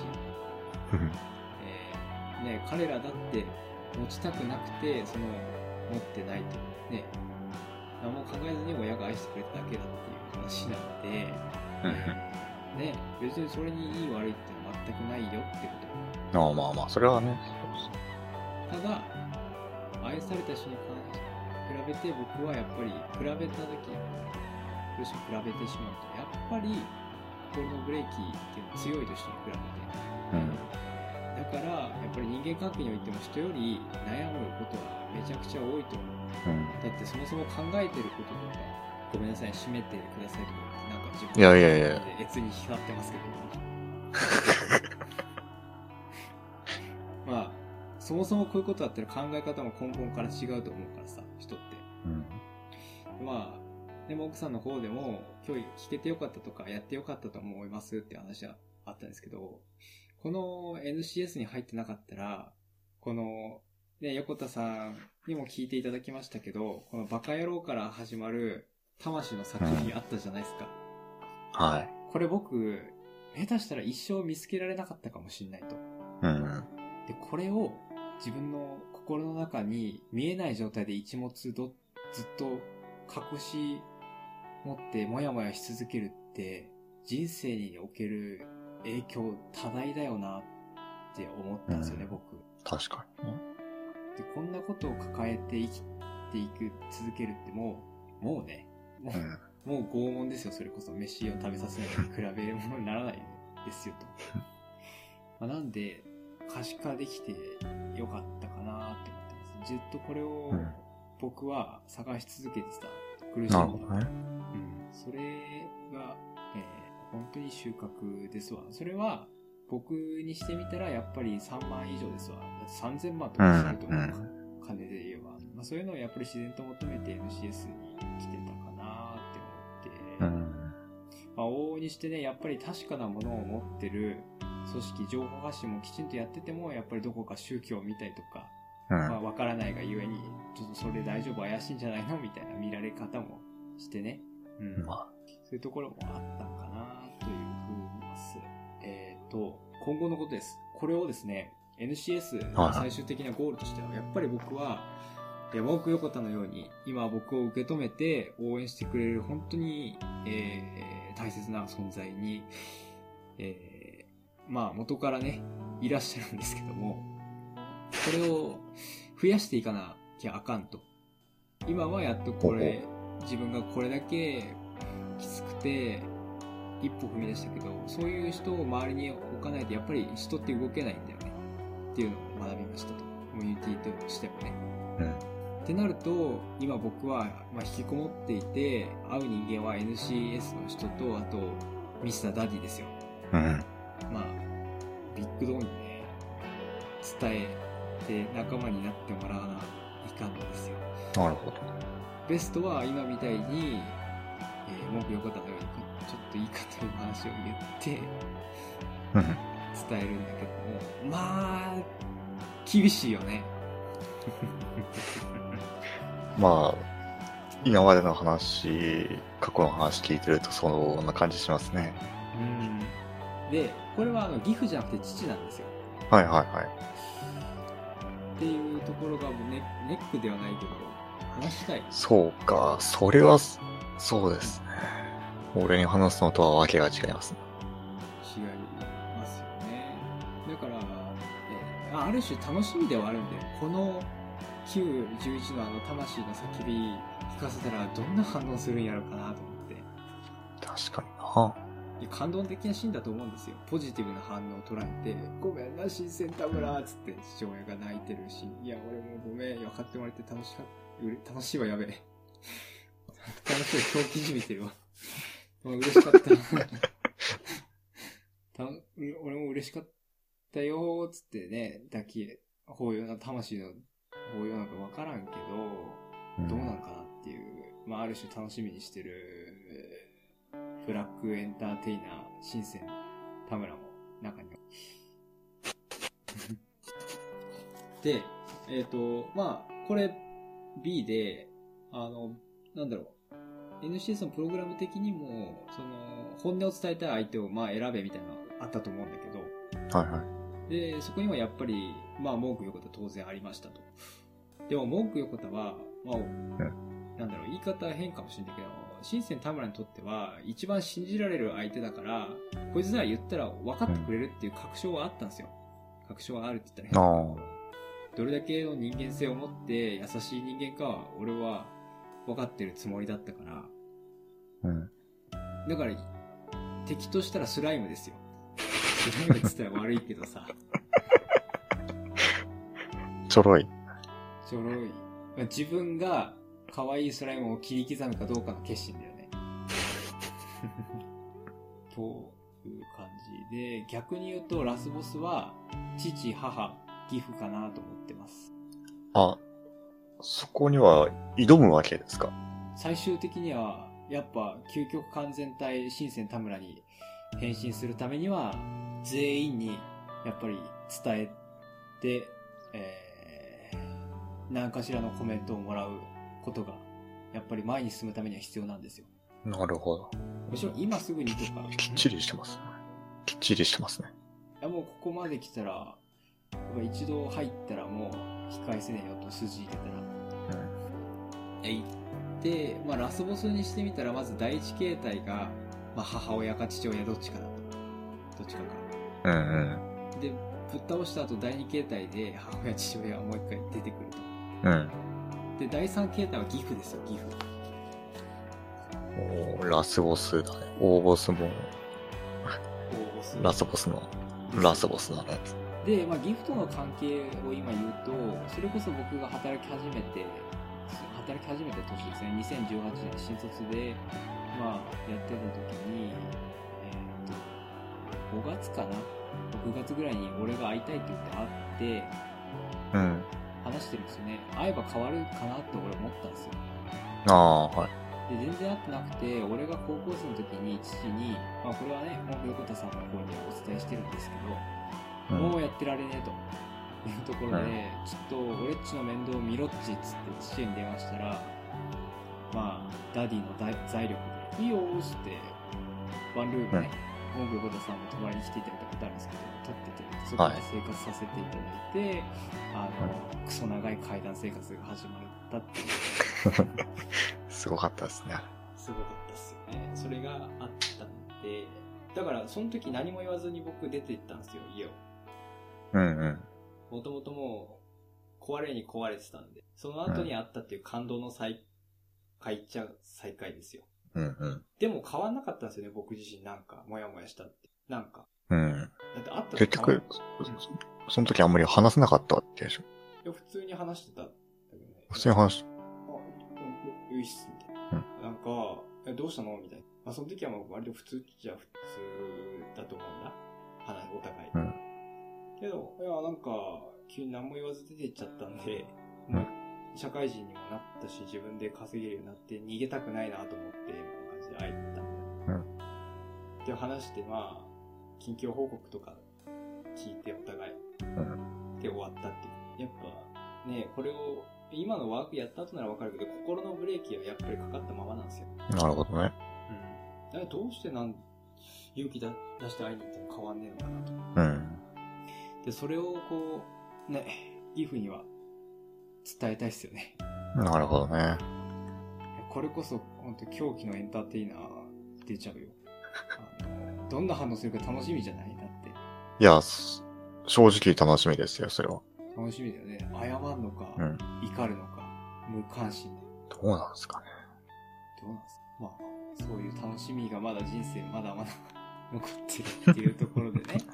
ね、彼らだって持ちたくなくて、持ってないというね、何も考えずに親が愛してくれただけだっていう話なので、ね、別にそれにいい悪いってのは全くないよってこと。 まあ、それはね。 ただ、愛された人に比べて僕はやっぱり比べた時、どうしても比べてしまうと、やっぱり心のブレーキっていうのは強い人に比べて。だから、やっぱり人間関係においても人より悩むことはめちゃくちゃ多いと思う。だってそもそも考えてることとか、ごめんなさい、締めてくださいとか、なんか自分で越に光ってますけど。まあ、そもそもこういうことだったら考え方も根本から違うと思うからさ、人って。まあ、でも奥さんの方でも、今日聞けてよかったとか、やってよかったと思いますって話はあったんですけど、この NCS に入ってなかったら、この、ね、横田さんにも聞いていただきましたけど、このバカ野郎から始まる魂の作品あったじゃないですか。 はい。 これ僕、下手したら一生見つけられなかったかもしれないと。で、これを自分の心の中に見えない状態で一物取っずっと隠し持ってもやもやし続けるって、人生における影響多大だよなって思ったんですよね、僕。 確かにね。 で、こんなことを抱えて生きていく、続けるってもうね、もう拷問ですよ、それこそ。飯を食べさせないのに比べるものにならないですよと。まあ、なんで、可視化できてよかったかなって思ってます。ずっとこれを僕は探し続けてた。苦しんでた。 なるほどね。 それが、本当に収穫ですわ。それは僕にしてみたらやっぱり3万以上ですわ。だって3000万とかすると思う。金で言えば。まあ、そういうのをやっぱり自然と求めて NCS に来てたかなって思って。まあ、往々にしてね、やっぱり確かなものを持ってる組織、情報発信もきちんとやってても、やっぱりどこか宗教みたいとか、まあ、わからないがゆえに、ちょっとそれ大丈夫、怪しいんじゃないのみたいな見られ方もしてね。そういうところもあったんかなというふうに思います。今後のことです。これをですね、NCS の最終的なゴールとしては、やっぱり僕は、山奥横田のように、今僕を受け止めて応援してくれる本当に、大切な存在に、まあ元からね、いらっしゃるんですけども、これを増やしていかなきゃあかんと。今はやっと自分がこれだけきつくて、一歩踏み出したけど、そういう人を周りに置かないとやっぱり人って動けないんだよね。っていうのを学びましたと。コミュニティとしてもね。ってなると、今僕は、まあ、引きこもっていて、会う人間は NCS の人と、あと、ミスターダディですよ。まあ、ビッグドーンにね、伝えて仲間になってもらわないかんのですよ。 なるほど。 ベストは今みたいに、文句よかったのように、ちょっといいかという話を言って、伝えるんだけども、まあ、厳しいよね。 まあ、今までの話、過去の話聞いてるとそんな感じしますね。 で、これは義父じゃなくて父なんですよ。 はいはいはい。 っていうところがネックではないけど、話したい。 そうか、それは、そうですね。俺に話すのとはわけが違いますね。 違いますよね。だから、ある種楽しみではあるんだよ。この9、11の魂の叫び聞かせたらどんな反応するんやろうかなと思って。 確かにな。 感動的なシーンだと思うんですよ。ポジティブな反応を捉えて、ごめんな、新鮮田村つって父親が泣いてるし、いや、俺もごめん、分かってもらえて楽しいわ、やべえ。楽しい、狂気じみてるわ。嬉しかった。俺も嬉しかったよーつってね、抱擁の魂の抱擁なんか分からんけど、どうなんかなっていう、まあ、ある種楽しみにしてる、ブラックエンターテイナー、新鮮田村も中には。で、まあ、これ B で、なんだろう、NCS のプログラム的にも、本音を伝えたい相手をまあ選べみたいなのがあったと思うんだけど、 はいはい。 で、そこにはやっぱり、まあ、文句横田当然ありましたと。でも、文句横田は、まあ、なんだろう、言い方は変かもしれないけど、新鮮田村にとっては、一番信じられる相手だから、こいつなら言ったら分かってくれるっていう確証があったんですよ。確証があるって言ったら変だけど、どれだけの人間性を持って優しい人間かは、俺は分かってるつもりだったから。だから、敵としたらスライムですよ。スライムって言ったら悪いけどさ。 ちょろい。 ちょろい。自分が可愛いスライムを切り刻むかどうかの決心だよね。という感じで、逆に言うとラスボスは父、母、義父かなと思ってます。 あ、そこには挑むわけですか？ 最終的にはやっぱ究極完全体新鮮田村に変身するためには全員にやっぱり伝えて、何かしらのコメントをもらうことがやっぱり前に進むためには必要なんですよ。 なるほど。 もちろん今すぐにとかきっちりしてますね。きっちりしてますね。 いやもうここまで来たら一度入ったらもう引き返せねえよと筋入れたら、 行って、まあ、ラスボスにしてみたら、まず第一形態が、まあ、母親か父親どっちかだと。どっちかか。 うんうん。 で、ぶっ倒した後、第二形態で母親、父親がもう一回出てくると。 うん。 で、第三形態はギフですよ、ギフ。 ラスボスだね。大ボスも。 大ボス。 ラスボスの。ラスボスだね。 で、まあ、ギフとの関係を今言うと、それこそ僕が働き始めた年ですね、2018年新卒で、まあ、やってた時に、5月かな ?6 月ぐらいに俺が会いたいって言って会って、 うん。 話してるんですよね。会えば変わるかなって俺思ったんですよ。 ああ、はい。 で、全然会ってなくて、俺が高校生の時に父に、まあこれはね、本横田さんの方にはお伝えしてるんですけど、もうやってられねえというところで、ちょっと俺っちの面倒見ろっちっつって父に電話したら、まあ、ダディの財力で、いいよーっつって、ワンルームね、本横田さんも泊まりに来ていただいたことあるんですけど、撮ってて、そこで生活させていただいて、クソ長い階段生活が始まったっていう。 すごかったですね。 すごかったっすよね。それがあったんで、だからその時何も言わずに僕出て行ったんですよ、家を。 うんうん。 もともともう壊れに壊れてたんで、その後にあったっていう感動の再会っちゃう再会ですよ。 うんうん。 でも変わんなかったんですよね、僕自身なんか、もやもやしたって。なんか。 うん。 だってあった結局、その時あんまり話せなかったわけでしょ。 いや、普通に話してた。 普通に話して。 よいっす、みたいな。なんか、どうしたのみたいな。まあ、その時はもう割と普通じゃ普通だと思うんだ。お互い。 うん。 けど、いや、なんか、急に何も言わず出て行っちゃったんで、 うん、 社会人にもなったし、自分で稼げるようになって逃げたくないなと思って、みたいな感じで会いに行ったんだ。 うん。 って話して、まあ、近況報告とか聞いてお互い、で終わったっていう。やっぱ、ね、これを、今のワークやった後ならわかるけど、心のブレーキはやっぱりかかったままなんですよ。 なるほどね。 だからどうして勇気出して会いに行っても変わんねえのかなと。 うん。 で、それをこう、ね、ギフには伝えたいっすよね。 なるほどね。 これこそ、本当狂気のエンターテイナー出ちゃうよ。どんな反応するか楽しみじゃないだって。 いや、正直楽しみですよ、それは。 楽しみだよね。謝るのか、怒るのか、無関心で。 どうなんですかね。 どうなんですか。まあ、そういう楽しみがまだ人生まだまだ残ってるっていうところでね、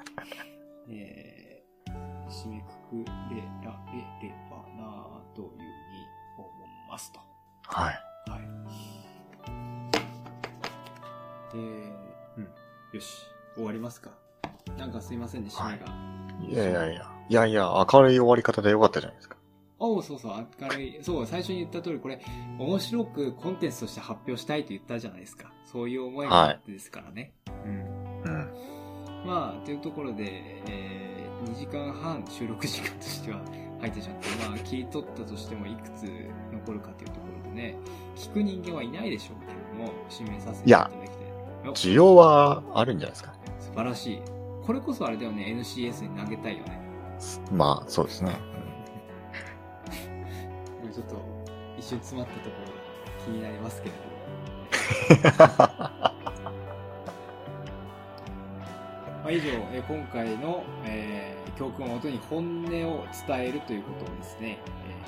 締めくくれられればなぁというふうに思いますと。 はい。 はい。よし、終わりますか。なんかすいませんね、締めが。 いやいや、明るい終わり方でよかったじゃないですか。 そう、明るい。そう、最初に言った通り、これ、面白くコンテンツとして発表したいと言ったじゃないですか。そういう思いがあってですからね。まあ、というところで、2時間半収録時間としては入ってしまって、まあ、切り取ったとしてもいくつ残るかというところでね、聞く人間はいないでしょうけども、指名させていただきたい。 需要はあるんじゃないですか。 素晴らしい。これこそあれだよね、NCS に投げたいよね。 まあ、そうですね。 ちょっと、一瞬詰まったところが気になりますけれども。まあ以上、今回の、教訓をもとに本音を伝えるということをですね、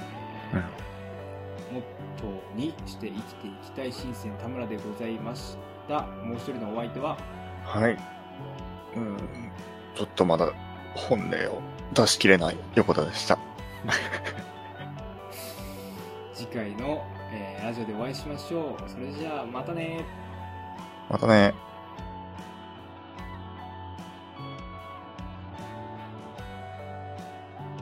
モットーにして生きていきたい新鮮田村でございました。もう一人のお相手は、 はい。ちょっとまだ本音を出しきれない横田でした。 次回の、ラジオでお会いしましょう。それじゃあ、またね。 またね。